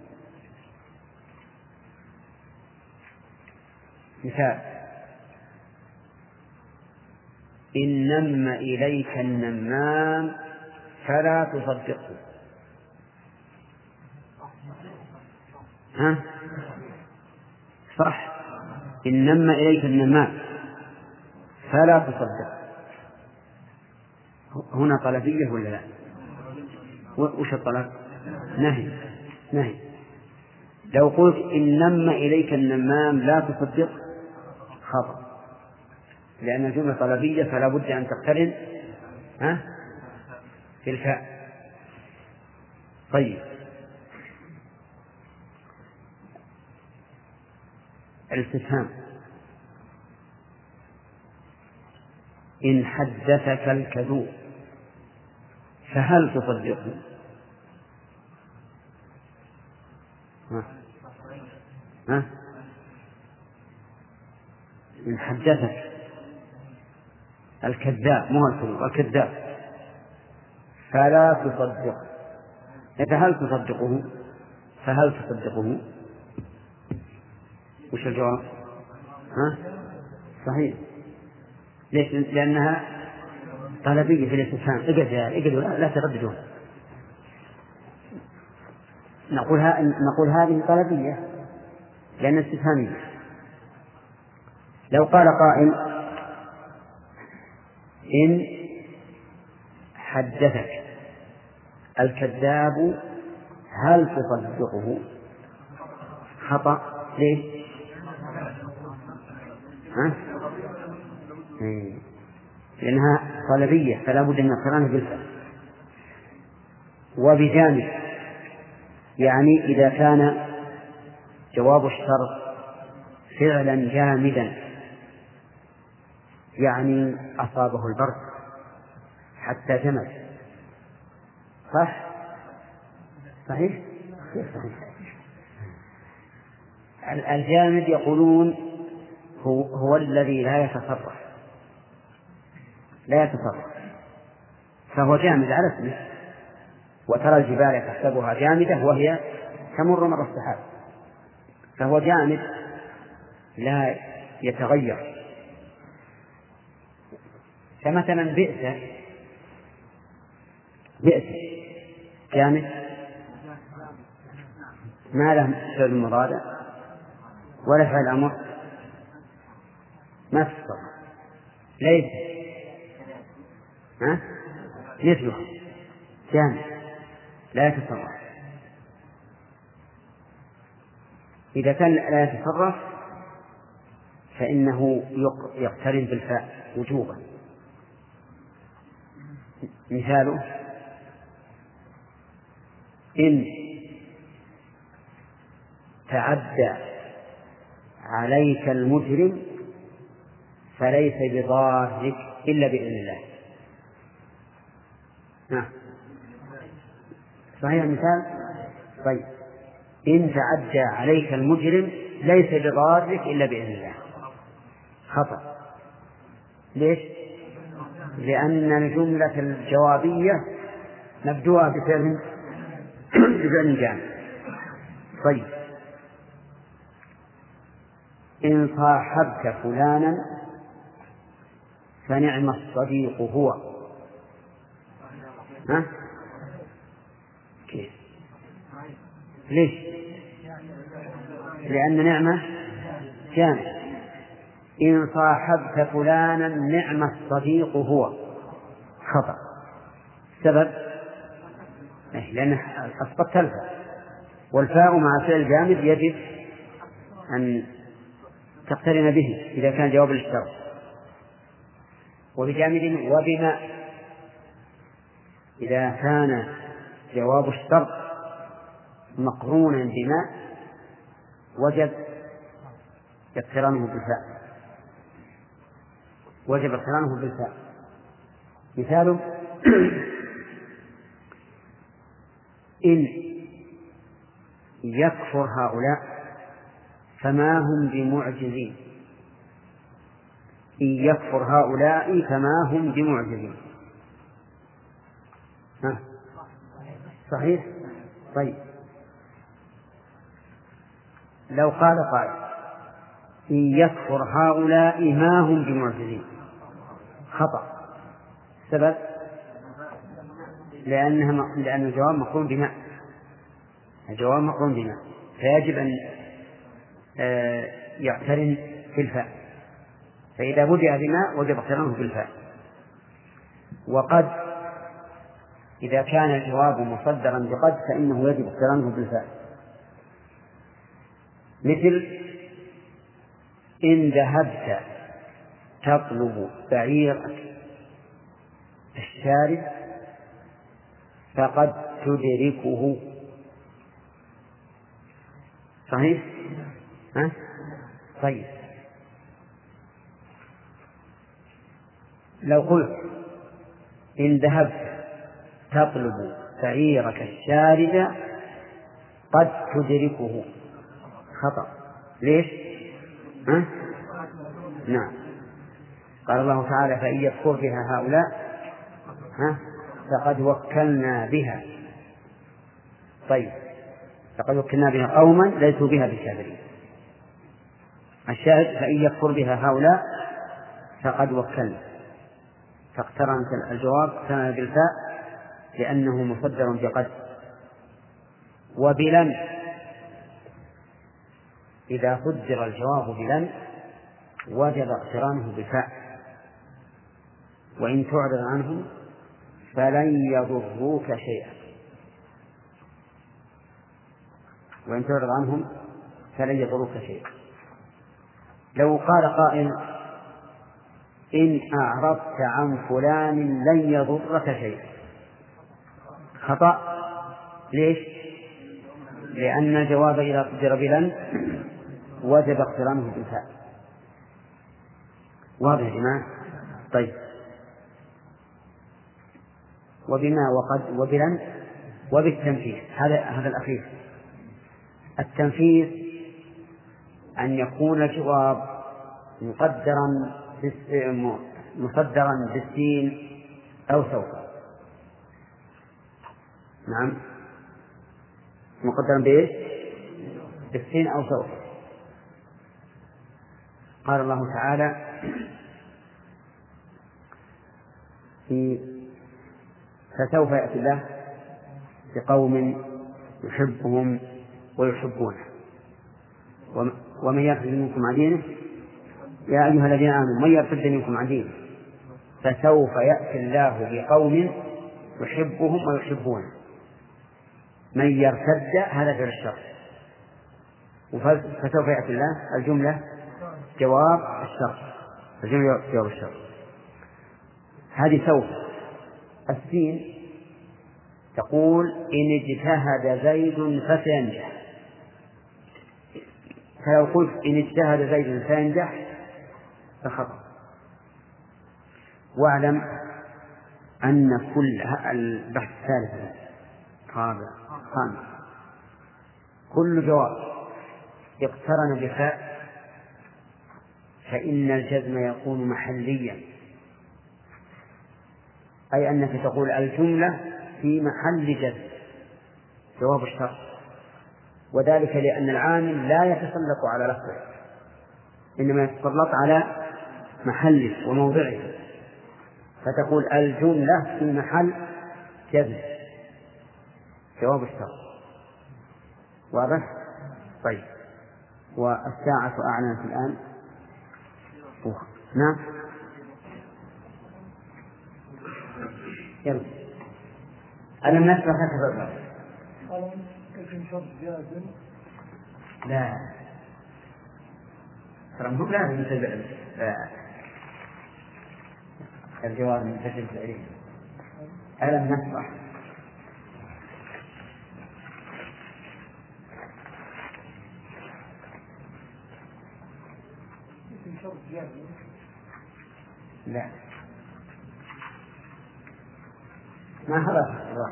مثال: إن نم إليك النمام فلا تصدقه. ها؟ صح، إن نم إليك النمام فلا تصدق. هنا طلبية ولا لا؟ وش الطلب؟ نهي. نهي لو قلت إن نم إليك النمام لا تصدق خطأ، لأن الجملة طلبية فلا بد أن تقترن ها في الفاء. طيب الاستفهام: إن حدثك الكذوب فهل تصدقه؟ ها؟ ها؟ إن حدثك الكذاب مو الكذوب الكذاب فلا تصدقه، فهل تصدقه؟ فهل تصدقه؟ وش الجواب؟ ها؟ صحيح. ليش؟ لأنها طلبية في الاستفهام. اقعد يا اقعد لا, لا ترددون. نقول ها... نقول هذه طلبية لأن استفهامية. لو قال قائل إن حدثك الكذاب هل تصدقه؟ خطأ. ليش؟ ها؟ لأنها طلبية فلا بد من اقترانها بالفعل. وبجانب يعني إذا كان جواب الشرط فعلا جامدا يعني أصابه البرد حتى جمد. صح؟ صحيح؟ صحيح. الجامد يقولون هو, هو الذي لا يتصرف لا يتصرف فهو جامد على اسمه. وترى الجبال تحسبها جامدة وهي تمر مر السحاب، فهو جامد لا يتغير. فمثلا بئس بئس جامد ما له فعل مضارع ولا فعل أمر ما تصرف. ليس ها مثله جامد لا يتصرف. إذا كان لا يتصرف فإنه يقترن بالفاء وجوبا. مثاله: إن تعدى عليك المجرم فليس بضارك إلا بإذن الله. ها. صحيح المثال؟ طيب إن تعدى عليك المجرم ليس بضارك إلا بإذن الله. خطأ. ليش؟ لأن الجملة الجوابية مبدوءة بفعل بفعل جامد. طيب إن صاحبت فلانا فنعم الصديق هو. ها؟ كيف؟ ليش؟ لأن نعمة جامد. إن صاحبت فلانا نعم الصديق هو. خطأ. سبب لأن أسقطت الفاء، والفاء مع فعل جامد يجب أن تقترن به إذا كان جواب الاشتراك. وبجامد وبما إذا كان جواب الشرط مقرونا بما وجب اقترانه بالفاء وجب اقترانه بالفاء. مثاله: إن يكفر هؤلاء فما هم بمعجزين. إن يكفر هؤلاء فما هم بمعجزين. ها. صحيح؟ طيب لو قال قائل: إن يكفر هؤلاء ما هم بمعجزين. خطأ. سبب لأنها لأن الجواب مقرون بما الجواب مقرون بما فيجب أن يقترن في الفاء، فإذا بدأ بما وجب اقترانه بالفاء. وقد إذا كان الجواب مصدرا بقد فإنه يجب اقترانه بالفاء. مثل إن ذهبت تطلب بعيرك الشارد فقد تدركه. صحيح؟ ها؟ طيب، لو قلت إن ذهبت تطلب بعيرك الشارد قد تدركه، خطأ. ليش؟ ها؟ نعم، قال الله تعالى فإن يكفر بها هؤلاء ها فقد وكلنا بها. طيب، فقد وكلنا بها قوما ليسوا بها بكافرين. الشاهد فإن يكفر بها هؤلاء فقد وكلنا، فاقترنت الجواب اقترن بالفاء لأنه مصدر بقد. وبلن إذا قدر الجواب بلن وجب اقترانه بفاء، وإن تعرض عنه فلن يضروك شيئا، وإن تعرض عنهم فلن يضروك شيئا. لو قال قائل إن أعرضت عن فلان لن يضرك شيئا، خطأ. ليش؟ لأن الجواب إذا قدر بلن وجب اقترانه بالفاء. واضح يا جماعة؟ طيب، وبما وقد وبلن وبالتنفيذ، هذا هذا الأخير. التنفيذ أن يكون الجواب مقدرا مصدرا بالسين أو سوف. نعم، مقدرا بإيش؟ بالسين أو سوف. قال الله تعالى في فسوف يأتي الله بقوم يحبهم ويحبونه ومن يرتد منكم عن دينه يا أيها الذين آمنوا من يرتد منكم عن دينه فسوف يأتي الله بقوم يحبهم ويحبونه. من يرتد هذا في الشر، فسوف يأتي الله الجملة جواب الشر، الجملة جواب الشر. هذه سوف. السين تقول إن اجتهد زيد فسينجح، فلو قلت إن اجتهد زيد فينجح فخطأ. واعلم أن كل البحث الثالث رابع خامس كل جواب اقترن بفاء فإن الجزم يكون محليا، أي أنك تقول الجملة في محل جزم جواب الشرط، وذلك لأن العامل لا يتسلط على لفظه إنما يتسلط على محله وموضعه، فتقول الجملة في محل جزم جواب الشرط. واضح؟ طيب، والساعة أعلنت الآن. نعم، يلا ألم نشرح لك لا ترى مو لازم نتبع الجواب من فشل العلم. ألم نشرح لا ما خلاص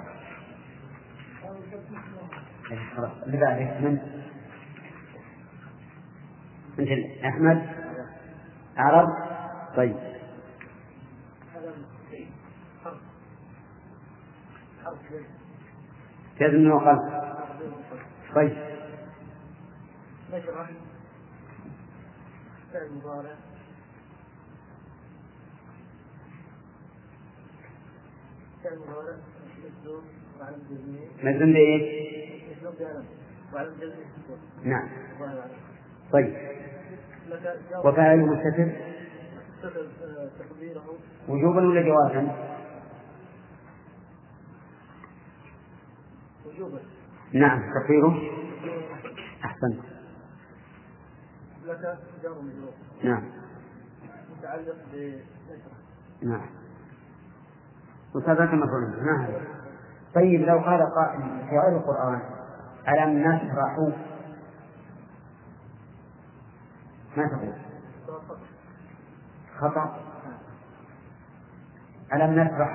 خلاص لذلك من مثل أحمد عرب. طيب، جزم وقلب. طيب، نشرح فعل مضارع فعل مضارع مجزوم وعلى الجزمين مجزوم بإيش؟ مجزوم بعلم وعلى الجزمين. نعم. طيب، وفاعل مستتر تقديره وجوبا ولا جوازا؟ وجوبا. نعم، تقديره أحسنت مثبتة جار ومجرور. نعم. متعلق بنشرة. نعم. مثبتة مفعول. نعم. طيب لو قال قائل في غير القرآن ألم نشرح، ما تقول؟ خطأ. ألم نشرح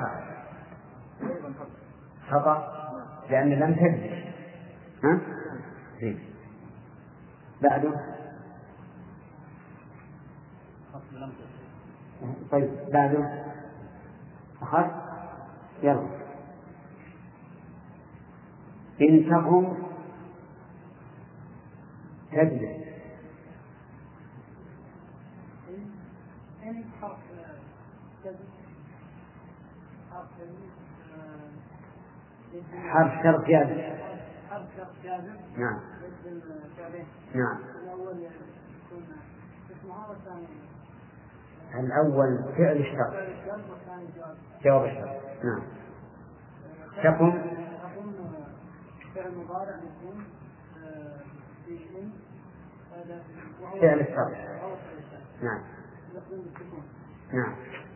خطأ لأن لم تجد. ها؟ زين. بعده. طيب بعده أخذ. يلا. إن تقم تجلس. إن حرف حرف شرط جازم. حرف شرط جازم. نعم. نعم. الأول يكون اسمها والثاني. الأول فعل الشرط. جواب الشرط. نعم. تقم. تقوم فعل مضارع يكون في إن هذا فعل الشرط. نعم. نعم.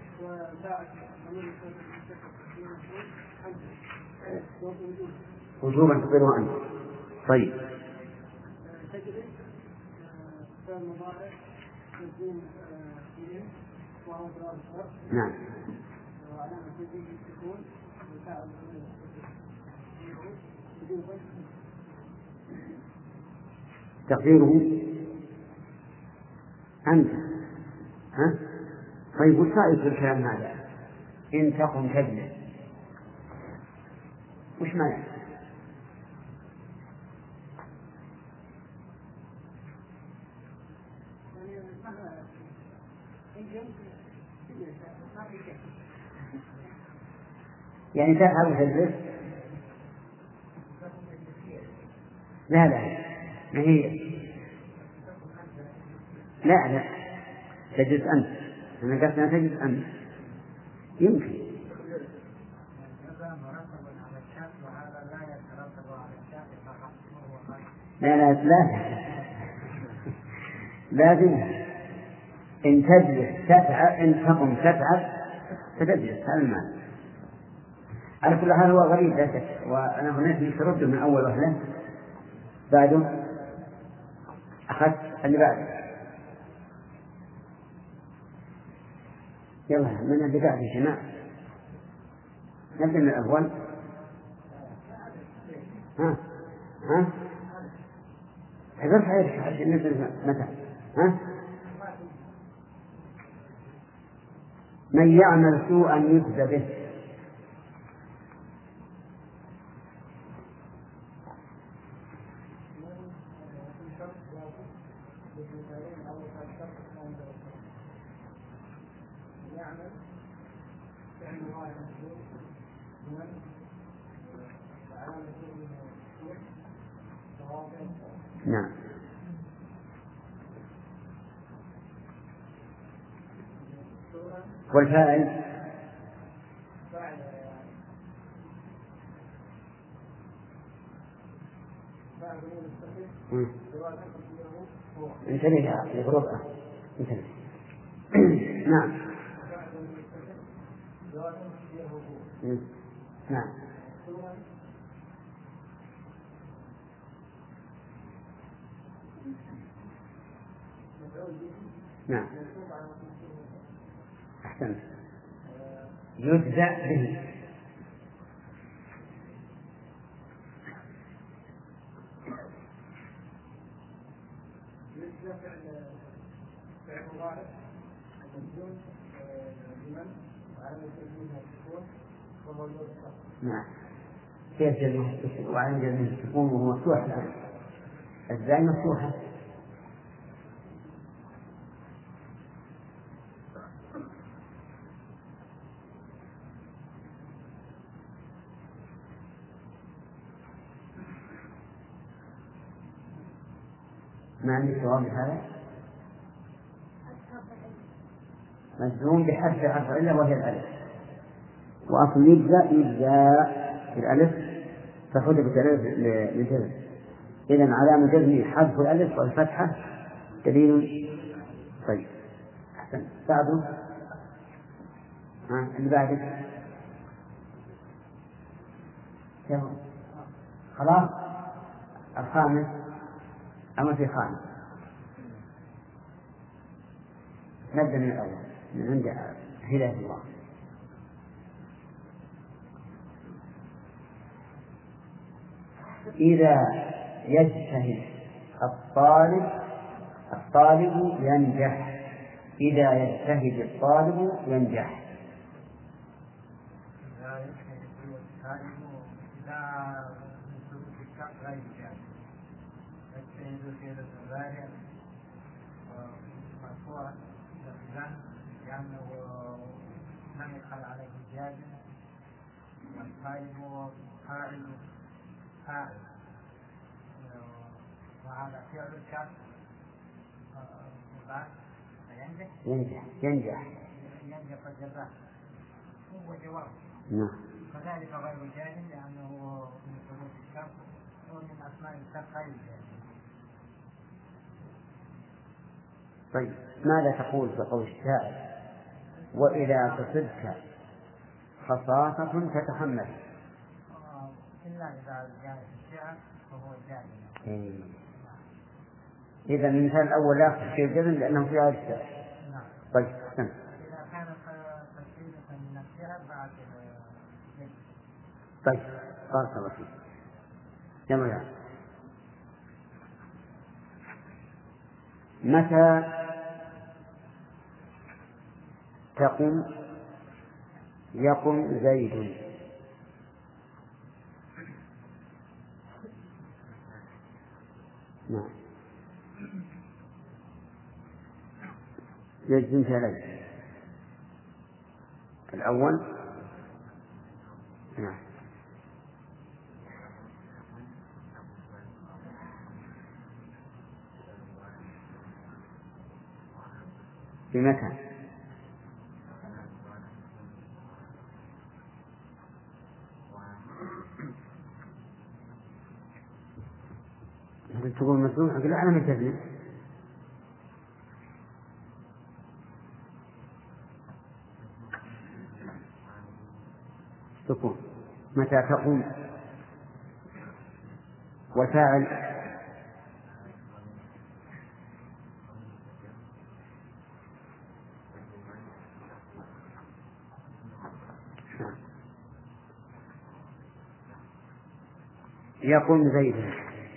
وجوبا تقدره أنت. طيب. تجري فعل مضارع يكون في إن وهو جواب الشرط. نعم. وعلامة تجري تكون وفاعل وجوبا تقديره أنت. ها؟ طيب وش رأيك في الكلام هذا؟ إن تقم تجلس وش معنى؟ يعني تفعل تجلس؟ لا لا ما هي. لا لا تجلس أنت. أنا قلت أنا تجلس أنت يمكن. لا لا لا لازم إن تجلس تتعب إن تقم تتعب فتجلس. هذا المعنى. على كل حال هو غريب لا شك، وأنا هناك ترد من أول وهلة. بعده أخذت اللي بعده. يلا من اللي بعد يا جماعة نبدأ من الأول. ها ها حذف حيث عشان نبدأ متى. ها من يعمل سوءا يجزى به. نعم. والفاعل انتبه يا غرفة انتبه. نعم. نعم. نعم. أحسنت. يجزى به. نعم. كيف جزمه السكون وعن جزمه السكون وهو مفتوح الآن؟ الزاي مفتوحة. ما عندك جواب هذا؟ مجزوم بحذف حرف إلا وهي الألف، وأصل يجزى يجزى بالألف فحذفت الألف للجزم. إذن علامة جزم حذف الألف والفتحة دليل. طيب أحسن. بعده ها اللي بعدك يلا خلاص. الخامس أما في خامس نبدأ من الأول من عند هداية الله. إذا يجتهد الطالب الطالب ينجح. إذا يجتهد الطالب ينجح. لأنه لم يدخل عليه الجازم والطالب فاعل فاعل وهذا فعل الشرط فينجح ينجح ينجح ينجح الجزاء هو جواب. نعم. كذلك غير الجازم لأنه من شروط الشرط ومن أسماء الشرط غير الجازم. طيب ماذا تقول في قول الشاعر وإذا تصدك خصاصة تتحمل؟ إلا إذا جاء في الشعر فهو جازم. إيه. إذا المثال الأول لا يخص في الجزم لأنه في هذا الشعر. نعم. طيب أحسن. إذا كانت تفصيلة من الشعر بعد. طيب بارك الله فيك. يلا يا متى تقم يقم زيد؟ نعم. يجزم ثلاثة. الأول نعم. بمتى؟ تقول مسلوم حق لا أنا متجنن. تكون متى تقوم وفاعل يقوم زيد.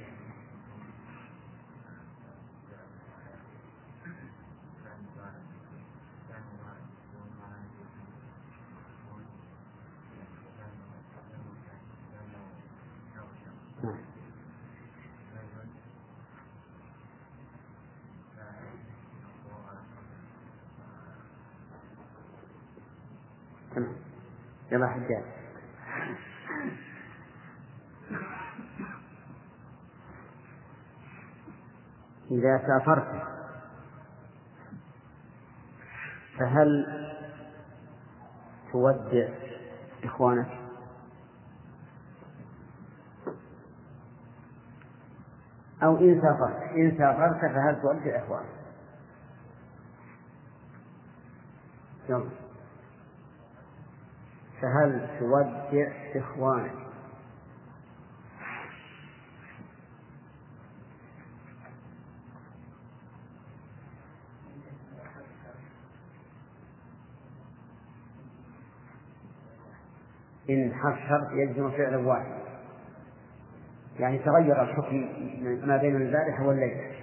يلا حجاج. إذا سافرت فهل تودع إخوانك؟ أو إن سافرت إن سافرت فهل تودع إخوانك؟ يلا. فهل تودع إخوانك؟ إن حرف شرط يجزم فعل واحد، يعني تغير الحكم ما بين البارحة والليلة.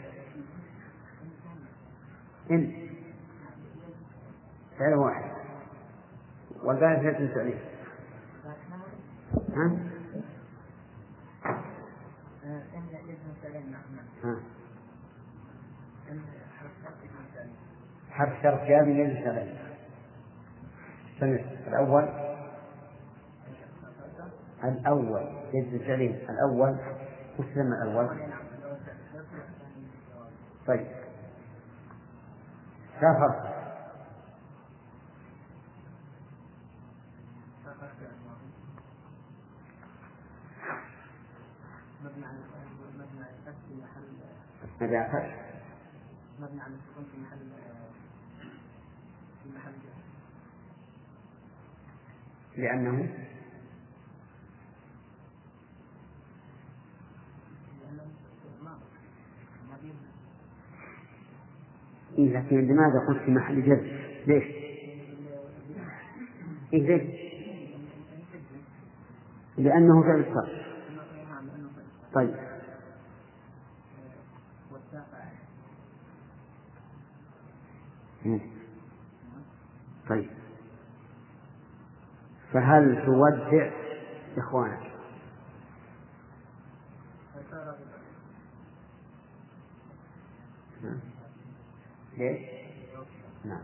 إن فعل واحد والبارحة يجزم فعلين. ها؟ ها؟ حرف شرط جاء من يجزم فعلين. سمع الأول الأول يجزم فعلين. الأول وش سمى الأول؟ طيب سافر مبنى على الفتح مبني على السكون في محل في محل لأنه إيه، لكن لماذا قلت في محل جر؟ ليش؟ إيه ليش؟ لأنه فعل الشرط. طيب طيب فهل تودع إخوانك؟ ليش؟ نعم.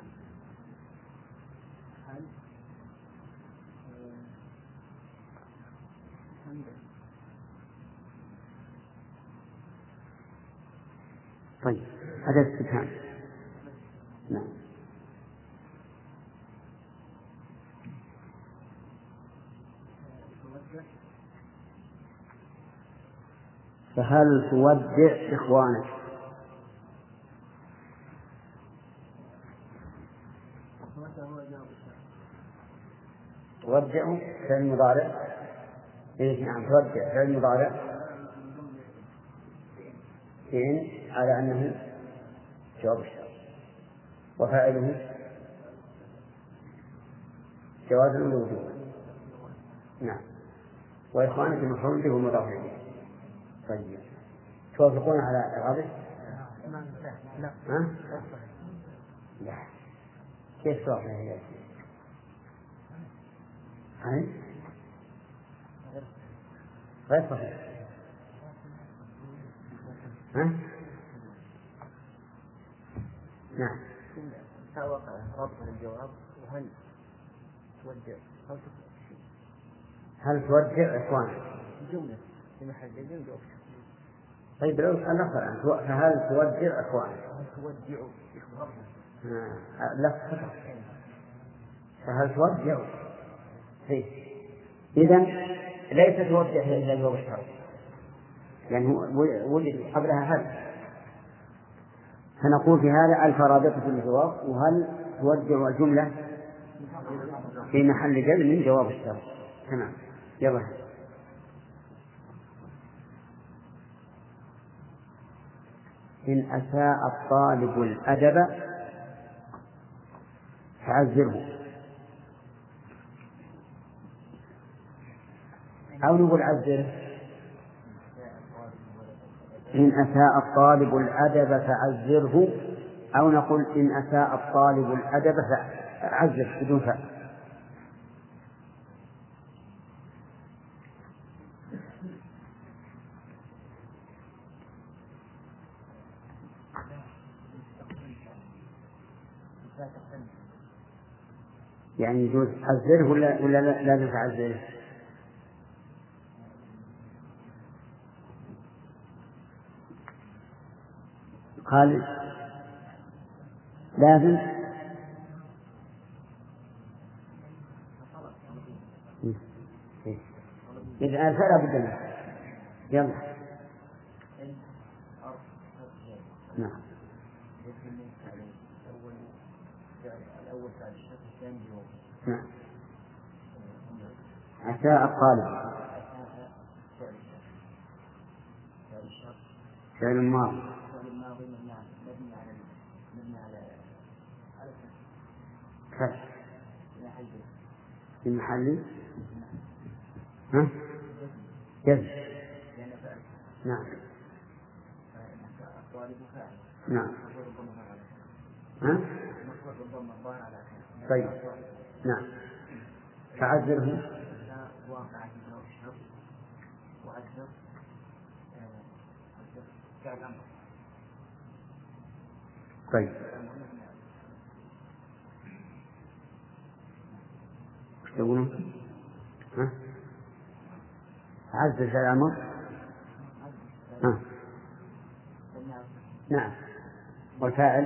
طيب هذا استفهام. نعم. فهل تودع إخوانك؟ تودع فعل مضارع. إيه نعم تودع فعل مضارع إن على أنه جواب الشرط وفاعله جواز الوجوب. نعم. وإخوانك المفعول به ومضاف إليه. طيب توافقون على إعرابه؟ لا. ها؟ لا. كيف توافق هي؟ هاي؟ غير صحيح. ها؟ نعم. سبق ربط الجواب وهل تودع هل هل تودع إخوانك؟ جملة في محل جملة. طيب لو سألنا فهل تودع إخوانك؟ هل تودع إخوانك؟ آه. لا خطأ. فهل تودع؟ إذن ليس تودع إلا الجواب الشرط يعني ولد قبلها هل. فنقول في هذا الفرابطة الجواب وهل تودع الجملة في محل جر من جواب الشرط. تمام. يلا. إن أساء الطالب الأدب فعذره أو نقول عذره. إن أساء الطالب الأدب فعذره أو نقول إن أساء الطالب الأدب فعذره بدون فاء. يعني يجوز عذره ولا ولا لازم تعذره؟ قال لازم. إذا فلا بد منه. يلا. نعم. نعم. أساء الطالب فعل ماضي فتح في محل ها جزم. نعم. نعم. ها؟ طيب. نعم. فعذره طيب. وش تقولون؟ ها؟ عزز الأمر. ها؟ نعم. والفاعل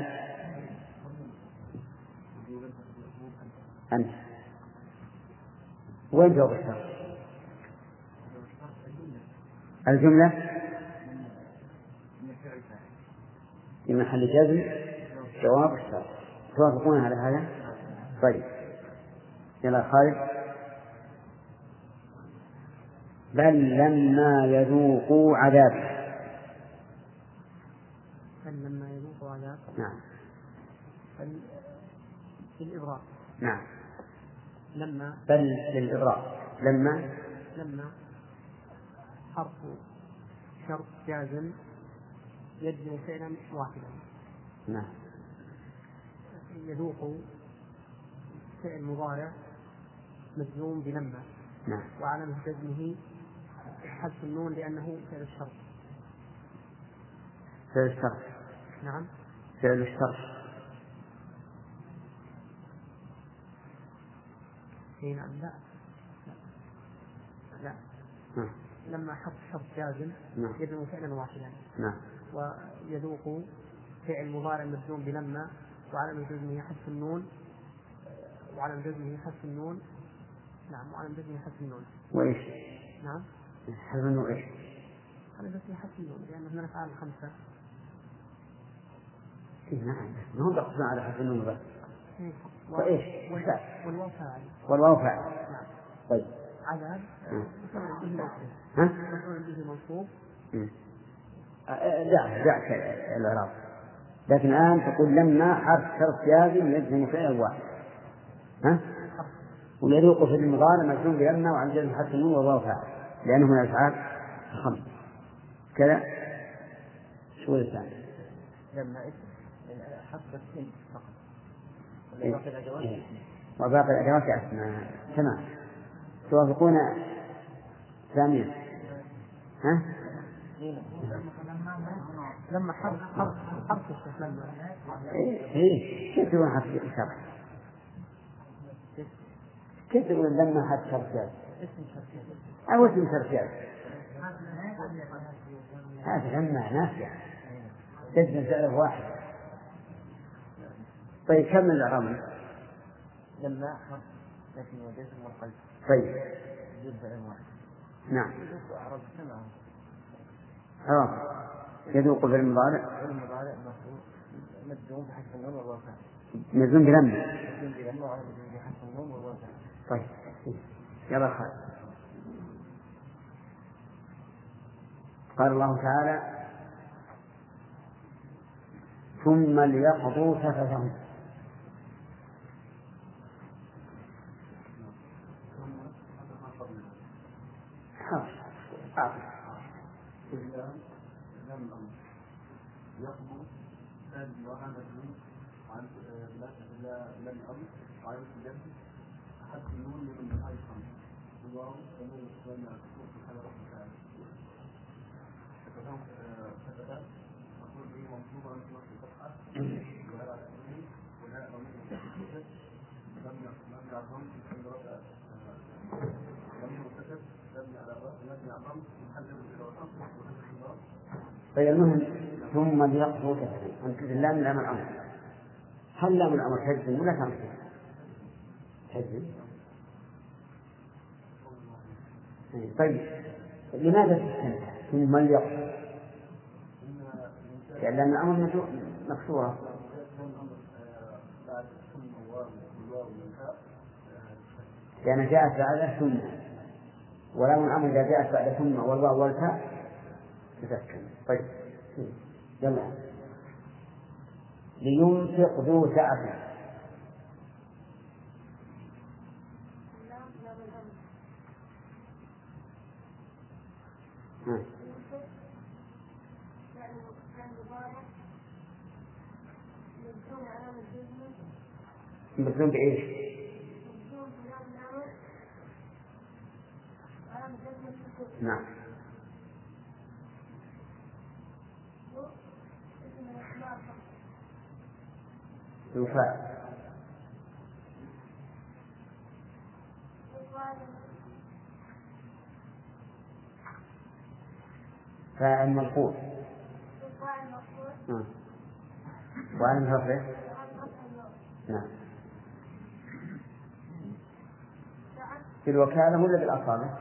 أنت. وين جواب الشرط؟ الجملة في محل جزم جواب الشرط. توافقون على هذا؟ طيب يلا خالد. بل لما يذوقوا عذابه. بل لما يذوقوا عذاب. نعم. بل للإبراء. نعم. لما. بل للإبراء. لما. لما حرف شرط جازم يجزم فعلا واحدا. نعم. يذوق فعل مضارع مجزوم بلما. نعم. وعلامة جزمه حذف النون لأنه فعل الشرط. فعل الشرط. نعم. فعل الشرط. اي نعم. لا لا, لا. نعم. لما حرف شرط جازم نعم. يجزم فعلا واحدا. نعم. ويذوق فعل مضارع مجزوم بلما وعلامة جزمه حذف النون وعلامة جزمه حذف النون. نعم. وعلامة جزمه حذف النون. وإيش؟ نعم. حذف النون وإيش؟ علامة جزمه حذف النون لأن من الأفعال الخمسة. إيه نعم. ما هو بقصد على حذف النون بس. و... وإيش؟ والواو فاعل. والواو فاعل. نعم. طيب. عذاب مفعول به منصوب. ها؟ مفعول به منصوب. دع دع الإعراب. لكن الآن تقول لما حرف شرط جازم يجزم فعلا واحد. ها؟ ويذوق في المضارع مجزوم بلما وعن جزم حرف النون والواو فاعل لأنه من الأفعال الخمس. كذا. شو الثاني؟ لما حرف السين فقط. إيه؟ إيه؟ وباقي الأدوات أسماء. تمام. توافقون ثانيا؟ ها؟ لما حرف حرف حرف الشرط. لما إيه إيه كيف تقول حرف الشرط؟ كيف تقول لما حرف شرط جاز؟ اسم شرط. أو اسم شرط جاز؟ هذا لما نافع تجزم فعل واحد. طيب كمل الأرامل. لما حرف لكن وجزم والقلب. طيب. جزء واحد. نعم. أعرض سمعه. اه يذوق في المضارع. المضارع مجزوم بحذف النون والواو. مجزوم بلما. مجزوم بلما وعلى مجزوم بحذف النون والواو. طيب يلا خالد. قال الله تعالى ثم ليقضوا تفثهم. يقضوا ثاني وعن الدين عن لا لم أمر وعن الجد حتى النون من الحي خمس الله سمو سمع سوق على رب العالمين فتفهم فتفهم أقول به منصوبا في وقت الفتحة ولا أمين ولا أمين لم لم يعظم في رفع لم يرتكب لم يعظم لم يعظم محل الوطن وهذا الله. طيب المهم ثم ليقضوا تفثهم. أنت اللام لام الأمر. هل لام الأمر تجزم ولا تنصب؟ تجزم. طيب لماذا تستنى ثم ليقضوا؟ لأن لام الأمر مكسورة. لأن جاءت بعد ثم ولام الأمر إذا جاءت بعد ثم والواو والتاء تسكن. طيب يلا لينفق ذو سعة. مجزوم بإيش؟ نعم. يفعل. فاعل مرفوع. وعلى رفعه. نعم. بالوكالة ولا بالأصالة؟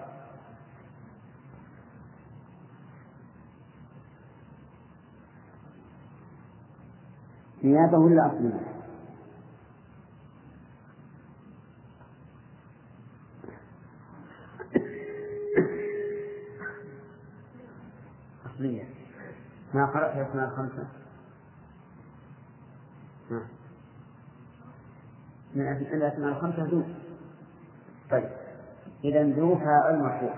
نيابة ولا أصلية؟ أصلية. ما قرأت الأسماء الخمسة؟ من الأسماء الخمسة ذو. طيب إذا ذو فاعل مرفوع.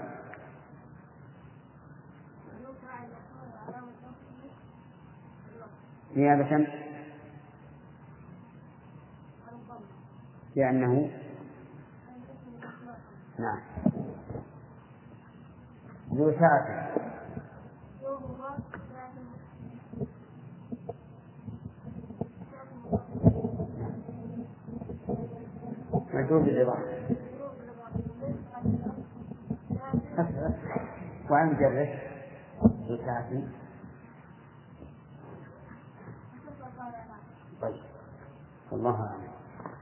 نيابة لأنه نعم ذو ساعة. مجهول بالإضافة وعن جرش ذو ساعة. طيب والله أعلم.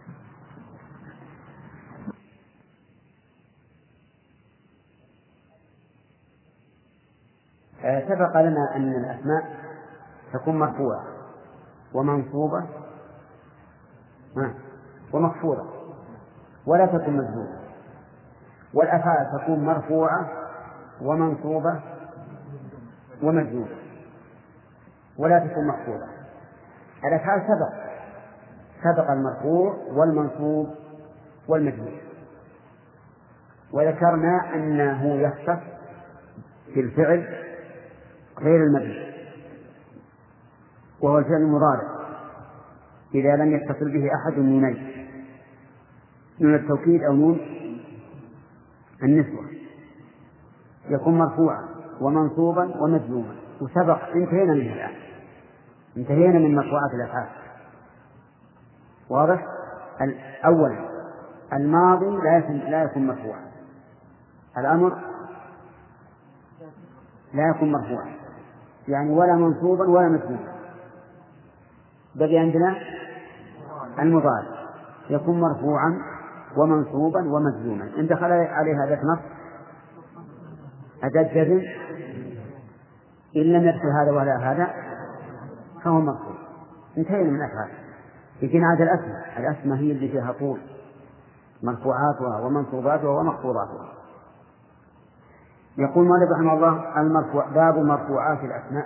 سبق لنا أن الأسماء تكون مرفوعة ومنصوبة ومخفوضة ولا تكون مجزومة، والأفعال تكون مرفوعة ومنصوبة ومجزومة ولا تكون مخفوضة. الأفعال سبق سبق المرفوع والمنصوب والمجزوم، وذكرنا أنه يختص في الفعل غير المبني وهو الفعل المضارع إذا لم يتصل به أحد النونين، نون التوكيد أو نون النسوة، يكون مرفوعا ومنصوبا ومجزوما. وسبق انتهينا منه الآن، انتهينا من مرفوعات الأفعال. واضح؟ أولا الماضي لا يكون لا يكون مرفوعا، الأمر لا يكون مرفوعا يعني ولا منصوبا ولا مجزوما. بقي عندنا المضارع يكون مرفوعا ومنصوبا ومجزوما. إن دخل عليه هذا النص أداة جزم، إن لم يدخل هذا ولا هذا فهو مرفوع. انتهينا من الأفعال. لكن هذا الأسماء الأسماء هي اللي فيها طول، مرفوعاتها ومنصوباتها ومخفوضاتها. يقول مالك رحمه الله المرفوع باب مرفوعات الأسماء.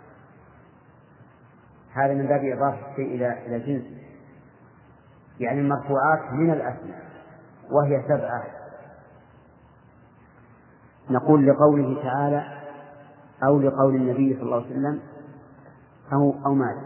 هذا من باب إضافة الشيء إلى إلى جنس، يعني المرفوعات من الأسماء وهي سبعة. نقول لقوله تعالى أو لقول النبي صلى الله عليه وسلم أو أو ماذا؟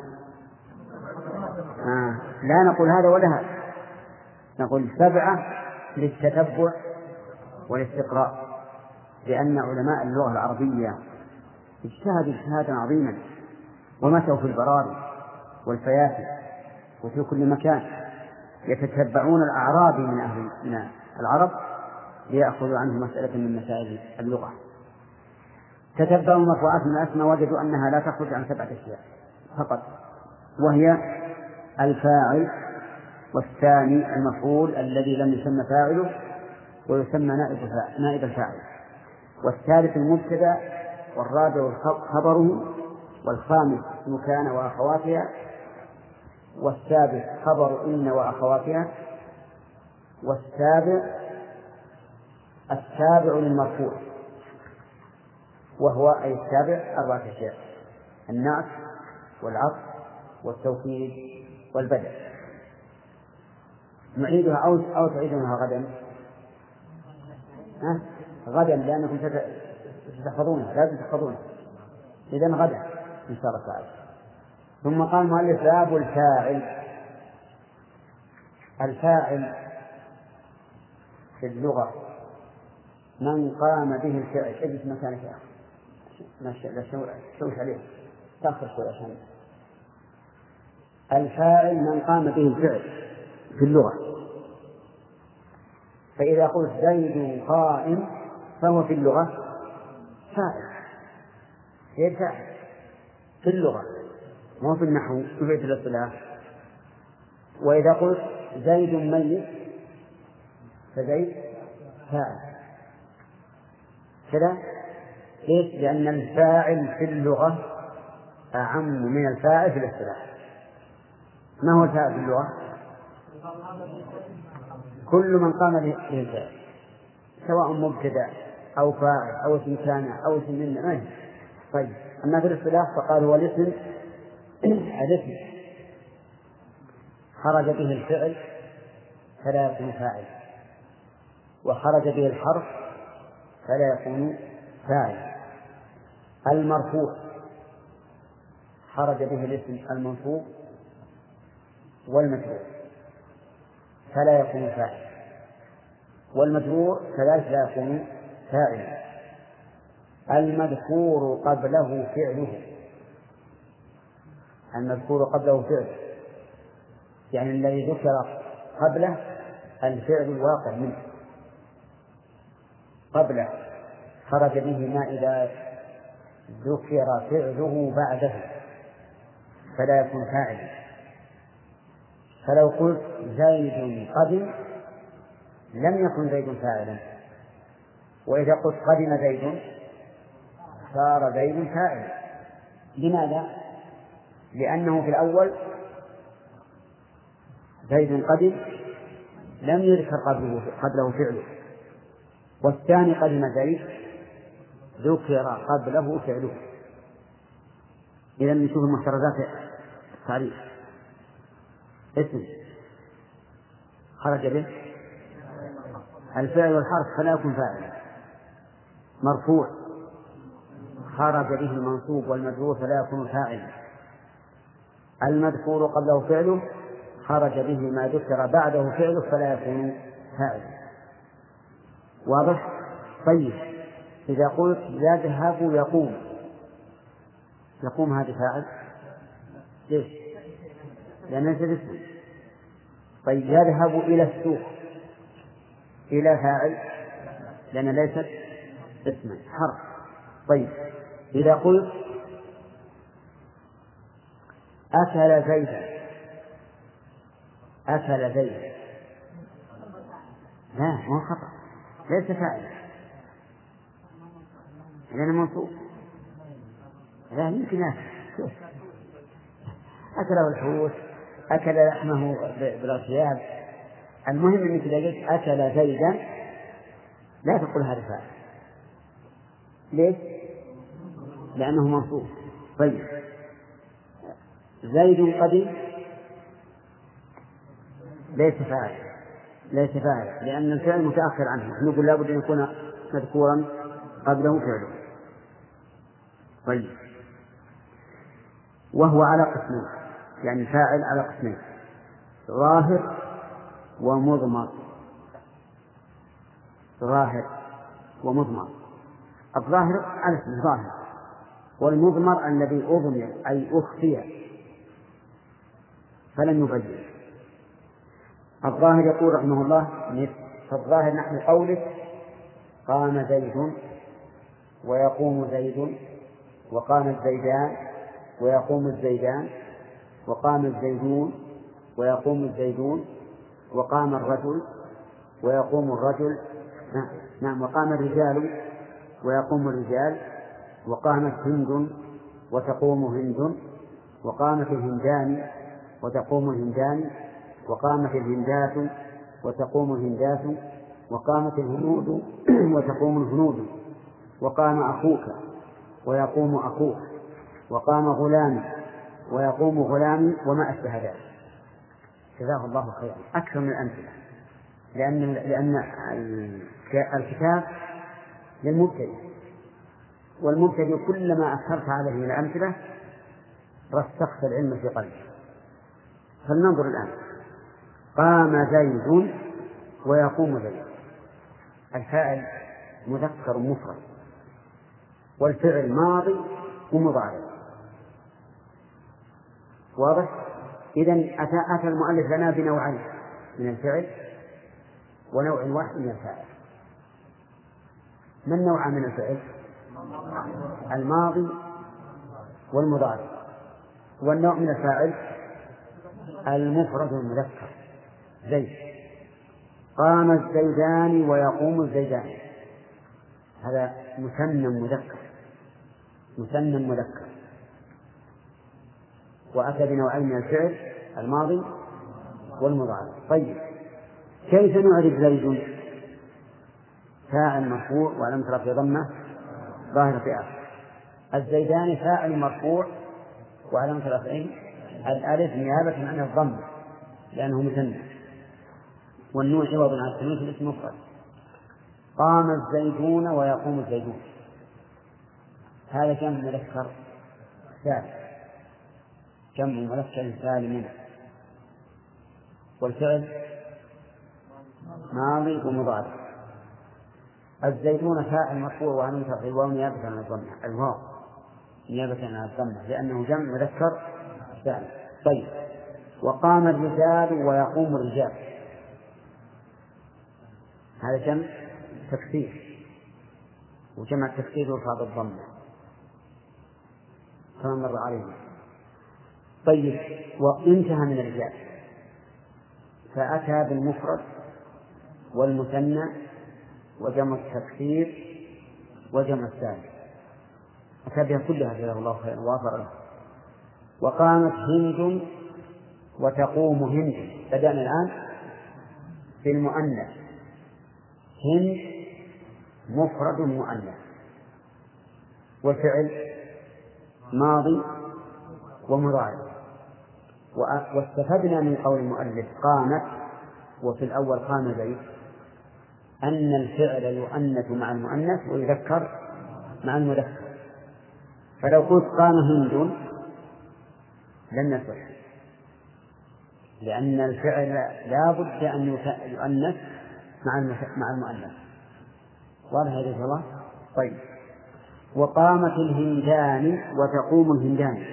آه. لا نقول هذا ولا هذا، نقول سبعة للتتبع والاستقراء، لأن علماء اللغة العربية اجتهدوا اجتهادا عظيما ومشوا في البراري والفيافي وفي كل مكان يتتبعون الأعرابي من أهل من العرب ليأخذوا عنه مسألة من مسائل اللغة. تتبعوا مرفوعات من الأسماء وجدوا أنها لا تخرج عن سبعة أشياء فقط، وهي الفاعل والثاني المفعول الذي لم يسمى فاعله ويسمى نائب الفاعل، والثالث المبتدأ، والرابع خبره، والخامس مكان وأخواتها، والسابع خبر إن وأخواتها، والسابع التابع للمرفوع وهو أي التابع أربعة أشياء: النعت والعطف والتوكيد والبدل. نعيدها أو أو تعيدونها غدا؟ ها؟ غدا لأنكم تحفظونها، لازم تحفظونها. إذن غدا إن شاء الله تعالى. ثم قال المؤلف باب الفاعل. الفاعل في اللغة من قام به الفعل. اجلس مكانك يا أخي، لا تشوش عليه، تأخر شوي عشان. الفاعل من قام به الفعل في اللغة. فإذا قلت زيد قائم فهو في اللغة فاعل، هي فاعل في اللغة مو في النحو في الاصطلاح. وإذا قلت زيد ميت فزيد فاعل كذا. ليش؟ لأن الفاعل في اللغة أعم من الفاعل في الاصطلاح. ما هو الفاعل في اللغة؟ كل من قام به الفعل، سواء مبتدأ أو فاعل أو اسم كان أو اسم من ما هي. طيب، أما في الاصطلاح فقال هو الاسم الاسم خرج به الفعل فلا يكون فاعل، وخرج به الحرف فلا يكون فاعل. المرفوع خرج به الاسم المنصوب والمجرور فلا يكون فاعل، والمجرور كذلك لا يكون فاعلا. المذكور قبله فعله، المذكور قبله فعله يعني الذي ذكر قبله الفعل الواقع منه قبله، خرج به ما إذا ذكر فعله بعده فلا يكون فاعلا. فلو قلت زيد قدم لم يكن زيد فاعلا، وإذا قلت قدم زيد صار زيد فاعلا. لماذا؟ لأنه في الأول زيد قدم لم يذكر قبله قبله فعله، والثاني قدم زيد ذكر قبله فعله. إذا نشوف المحترزات التعريف. اسم خرج به الفعل والحرف فلا يكون فاعلا. مرفوع خرج به المنصوب والمجرور فلا يكون فاعلا. المذكور قبله فعله خرج به ما ذكر بعده فعله فلا يكون فاعلا. واضح؟ طيب، إذا قلت يذهب يقوم يقوم هذا فاعل؟ ليش؟ لأن ليس اسم. طيب، يذهب إلى السوق إلى فاعل لأن ليست اسما حرف. طيب، إذا قلت أكل زيدا أكل زيدا لا مو خطأ، ليس فاعل لأنه منصوب. لا يمكن أكل أكله الحوت أكل لحمه بالأطياب. المهم أنك إذا قلت أكل زيدا لا تقول هذا فاعل. ليش؟ لأنه منصوب. طيب، زيد قديم ليس فاعل ليس فاعل لأن الفعل متأخر عنه، نقول لابد أن يكون مذكورا قبله فعله. طيب، وهو على قسمين، يعني الفاعل على قسمين: ظاهر ومضمر. ظاهر ومضمر. الظاهر على اسم ظاهر، والمضمر الذي أضمر أي أخفي فلم يبين. الظاهر يقول رحمه الله: فالظاهر نحو قولك قام زيد ويقوم زيد وقام الزيدان ويقوم الزيدان وقام الزيدون ويقوم الزيدون وقام الرجل ويقوم الرجل نعم وقام الرجال ويقوم الرجال وقامت هند وتقوم هند وقامت الهندان وتقوم الهندان وقامت الهندات وتقوم الهندات وقامت الهنود وتقوم الهنود وقام أخوك ويقوم أخوك وقام غلام ويقوم غلام وما أشبه ذلك. جزاه الله خيرا. أكثر من الأمثلة، لأن لأن الكتاب للمبتدئ، والمبتدئ كلما أكثرت عليه من الأمثلة رسخت العلم في قلبه. فلننظر الآن: قام زيد ويقوم زيد، الفاعل مذكر مفرد والفعل ماضي ومضارع. واضح؟ إذن أتى المؤلف لنا بنوعين من الفعل ونوع واحد من الفاعل. ما النوع من الفعل؟ الماضي والمضارع. والنوع من الفاعل المفرد والمذكر. زيد. قام الزيدان ويقوم الزيدان، هذا مثنى مذكر مثنى مذكر. وأتى بنوعين من الفعل الماضي والمضارع. طيب كيف نعرف زيد؟ فاعل مرفوع وعلامة رفعه ضمة ظاهرة في آخره. الزيدان فاعل مرفوع وعلامة رفعه الألف نيابة عن الضمة لأنه مثنى، والنون عوض عن التنوين في الاسم مفرد. قام الزيدون ويقوم الزيدون، هذا جمع مذكر سالم، جمع مذكر سالم. والفعل ماضي ومضارع. الزيدون فاعل مرفوع وعلامة رفعه الواو نيابة عن الضمة، الواو نيابة عن الضمة لأنه جمع مذكر سالم. طيب وقام الرجال ويقوم الرجال، هذا جمع تكسير، وجمع التكسير يرفع بالضمة كما مر علينا. طيب وانتهى من الرجال فأتى بالمفرد والمثنى وجمع التكسير وجمع السالم، أتى بها كلها جزاه الله خيرا ووفر له. وقامت هند وتقوم هند، بدأنا الآن في المؤنث، هند مفرد مؤنث، والفعل ماضي ومضارع. واستفدنا من قول المؤلف قامت وفي الأول قام زيد أن الفعل يؤنث مع المؤنث ويذكر مع المذكر، فلو قلت قام هند لن يصح، لأن الفعل لا بد أن يؤنث مع مع المؤنث. واضح يا رجل الله؟ طيب وقامت الهندان وتقوم الهندان،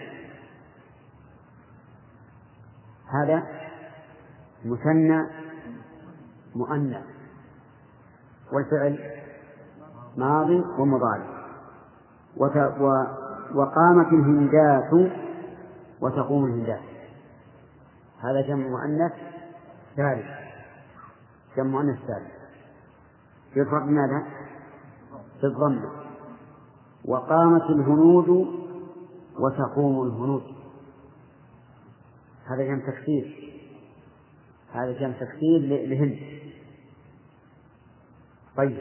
هذا مثنى مؤنث، والفعل ماضي ومضارع. وقامت الهندات وتقوم الهندات، هذا جمع مؤنث ثالث، جمع مؤنث ثالث يفرق ماذا؟ بالضم. وقامت الهنود وتقوم الهنود، هذا جمع تكسير، هذا جمع تكسير لهند. طيب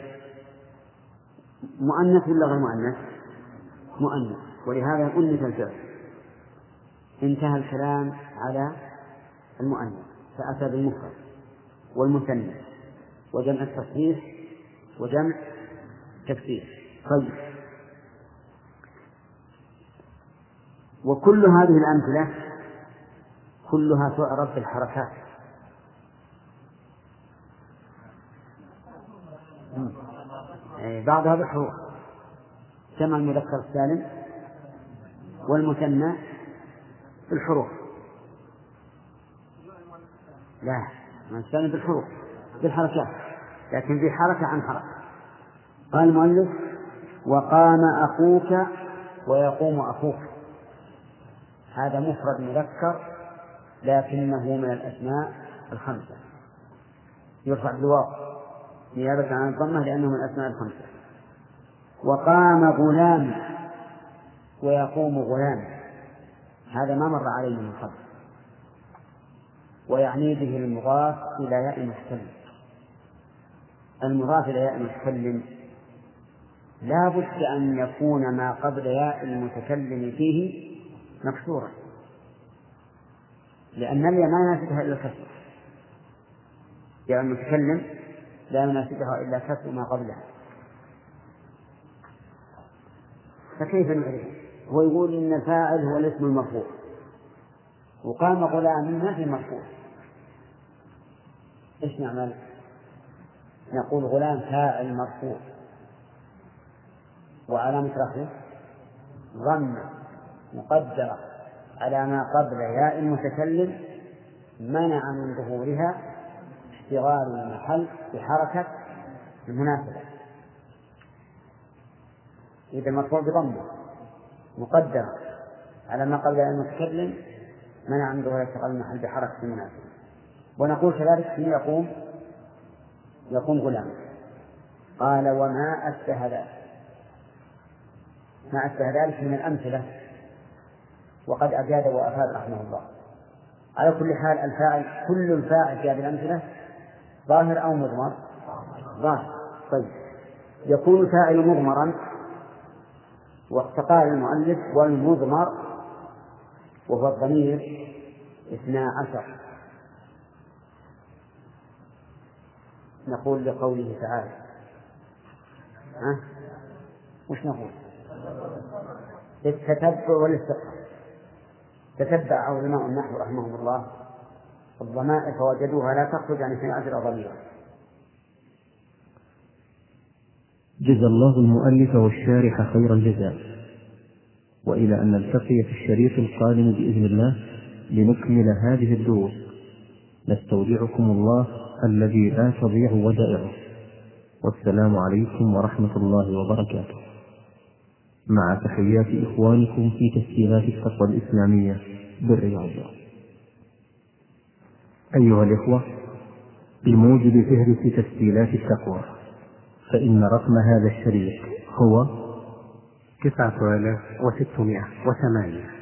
مؤنث ولا غير مؤنث؟ مؤنث، ولهذا أنث الفعل. انتهى الكلام على المؤنث فأتى بالمفرد والمثنى وجمع التصحيح وجمع تكسير. طيب وكل هذه الأمثلة كلها تعرف بالحركات. بعضها بالحروف، جمع المذكر السالم والمثنى بالحروف. لا ما السالم بالحروف بالحركات، لكن في حركة عن حركة. قال المؤلف وقام أخوك ويقوم أخوك، هذا مفرد مذكر لكنه من الأسماء الخمسة، يرفع بالواو نيابة عن الضمة لأنه من الأسماء الخمسة. وقام غلام ويقوم غلام، هذا ما مر عليه من قبل، ويعني به المضاف إلى ياء المتكلم. المضاف إلى ياء المتكلم لا بد أن يكون ما قبل ياء المتكلم فيه مكسورا، لأن الياء ما يناسبها إلا الكسر، ياء المتكلم لا يناسبها إلا كسر ما قبلها، فكيف نعرف؟ هو يقول إن الفاعل هو الاسم المرفوع، وقام غلام ما في مرفوع، إيش نعمل؟ نقول غلام فاعل مرفوع وعلامة رفعه ضمة مقدرة على ما قبل ياء المتكلم منع من ظهورها اشتغال المحل بحركة المناسبة. إذا مرفوع بضمة مقدرة على ما قبل ياء المتكلم منع من ظهورها اشتغال المحل بحركة المناسبة. ونقول كذلك في يقوم يقوم غلام. قال وما أشبه ذلك، ما أشبه ذلك من الأمثلة، وقد أجاد وأفاد رحمه الله. على كل حال الفاعل كل الفاعل في هذه الأمثلة ظاهر أو مضمر؟ ظاهر. طيب يكون فاعل مضمرا، واقتقال المؤلف والمضمر وهو الضمير اثنا عشر. نقول لقوله تعالى ها؟ وش نقول؟ التتبع والاستقرار. تتبع علماء النحو رحمهم الله الضمائر فوجدوها لا تخرج عن اثني عشر ضميرا. جزا الله المؤلف والشارح خير الجزاء، وإلى أن نلتقي في الشريط القادم بإذن الله لنكمل هذه الدروس، نستودعكم الله الذي لا تضيع ودائعه، والسلام عليكم ورحمة الله وبركاته، مع تحيات إخوانكم في تسجيلات التقوى الإسلامية بالرياض. أيها الإخوة، بموجب فهرس تسجيلات التقوى فإن رقم هذا الشريط هو تسعة آلاف وستمائة وثمانية.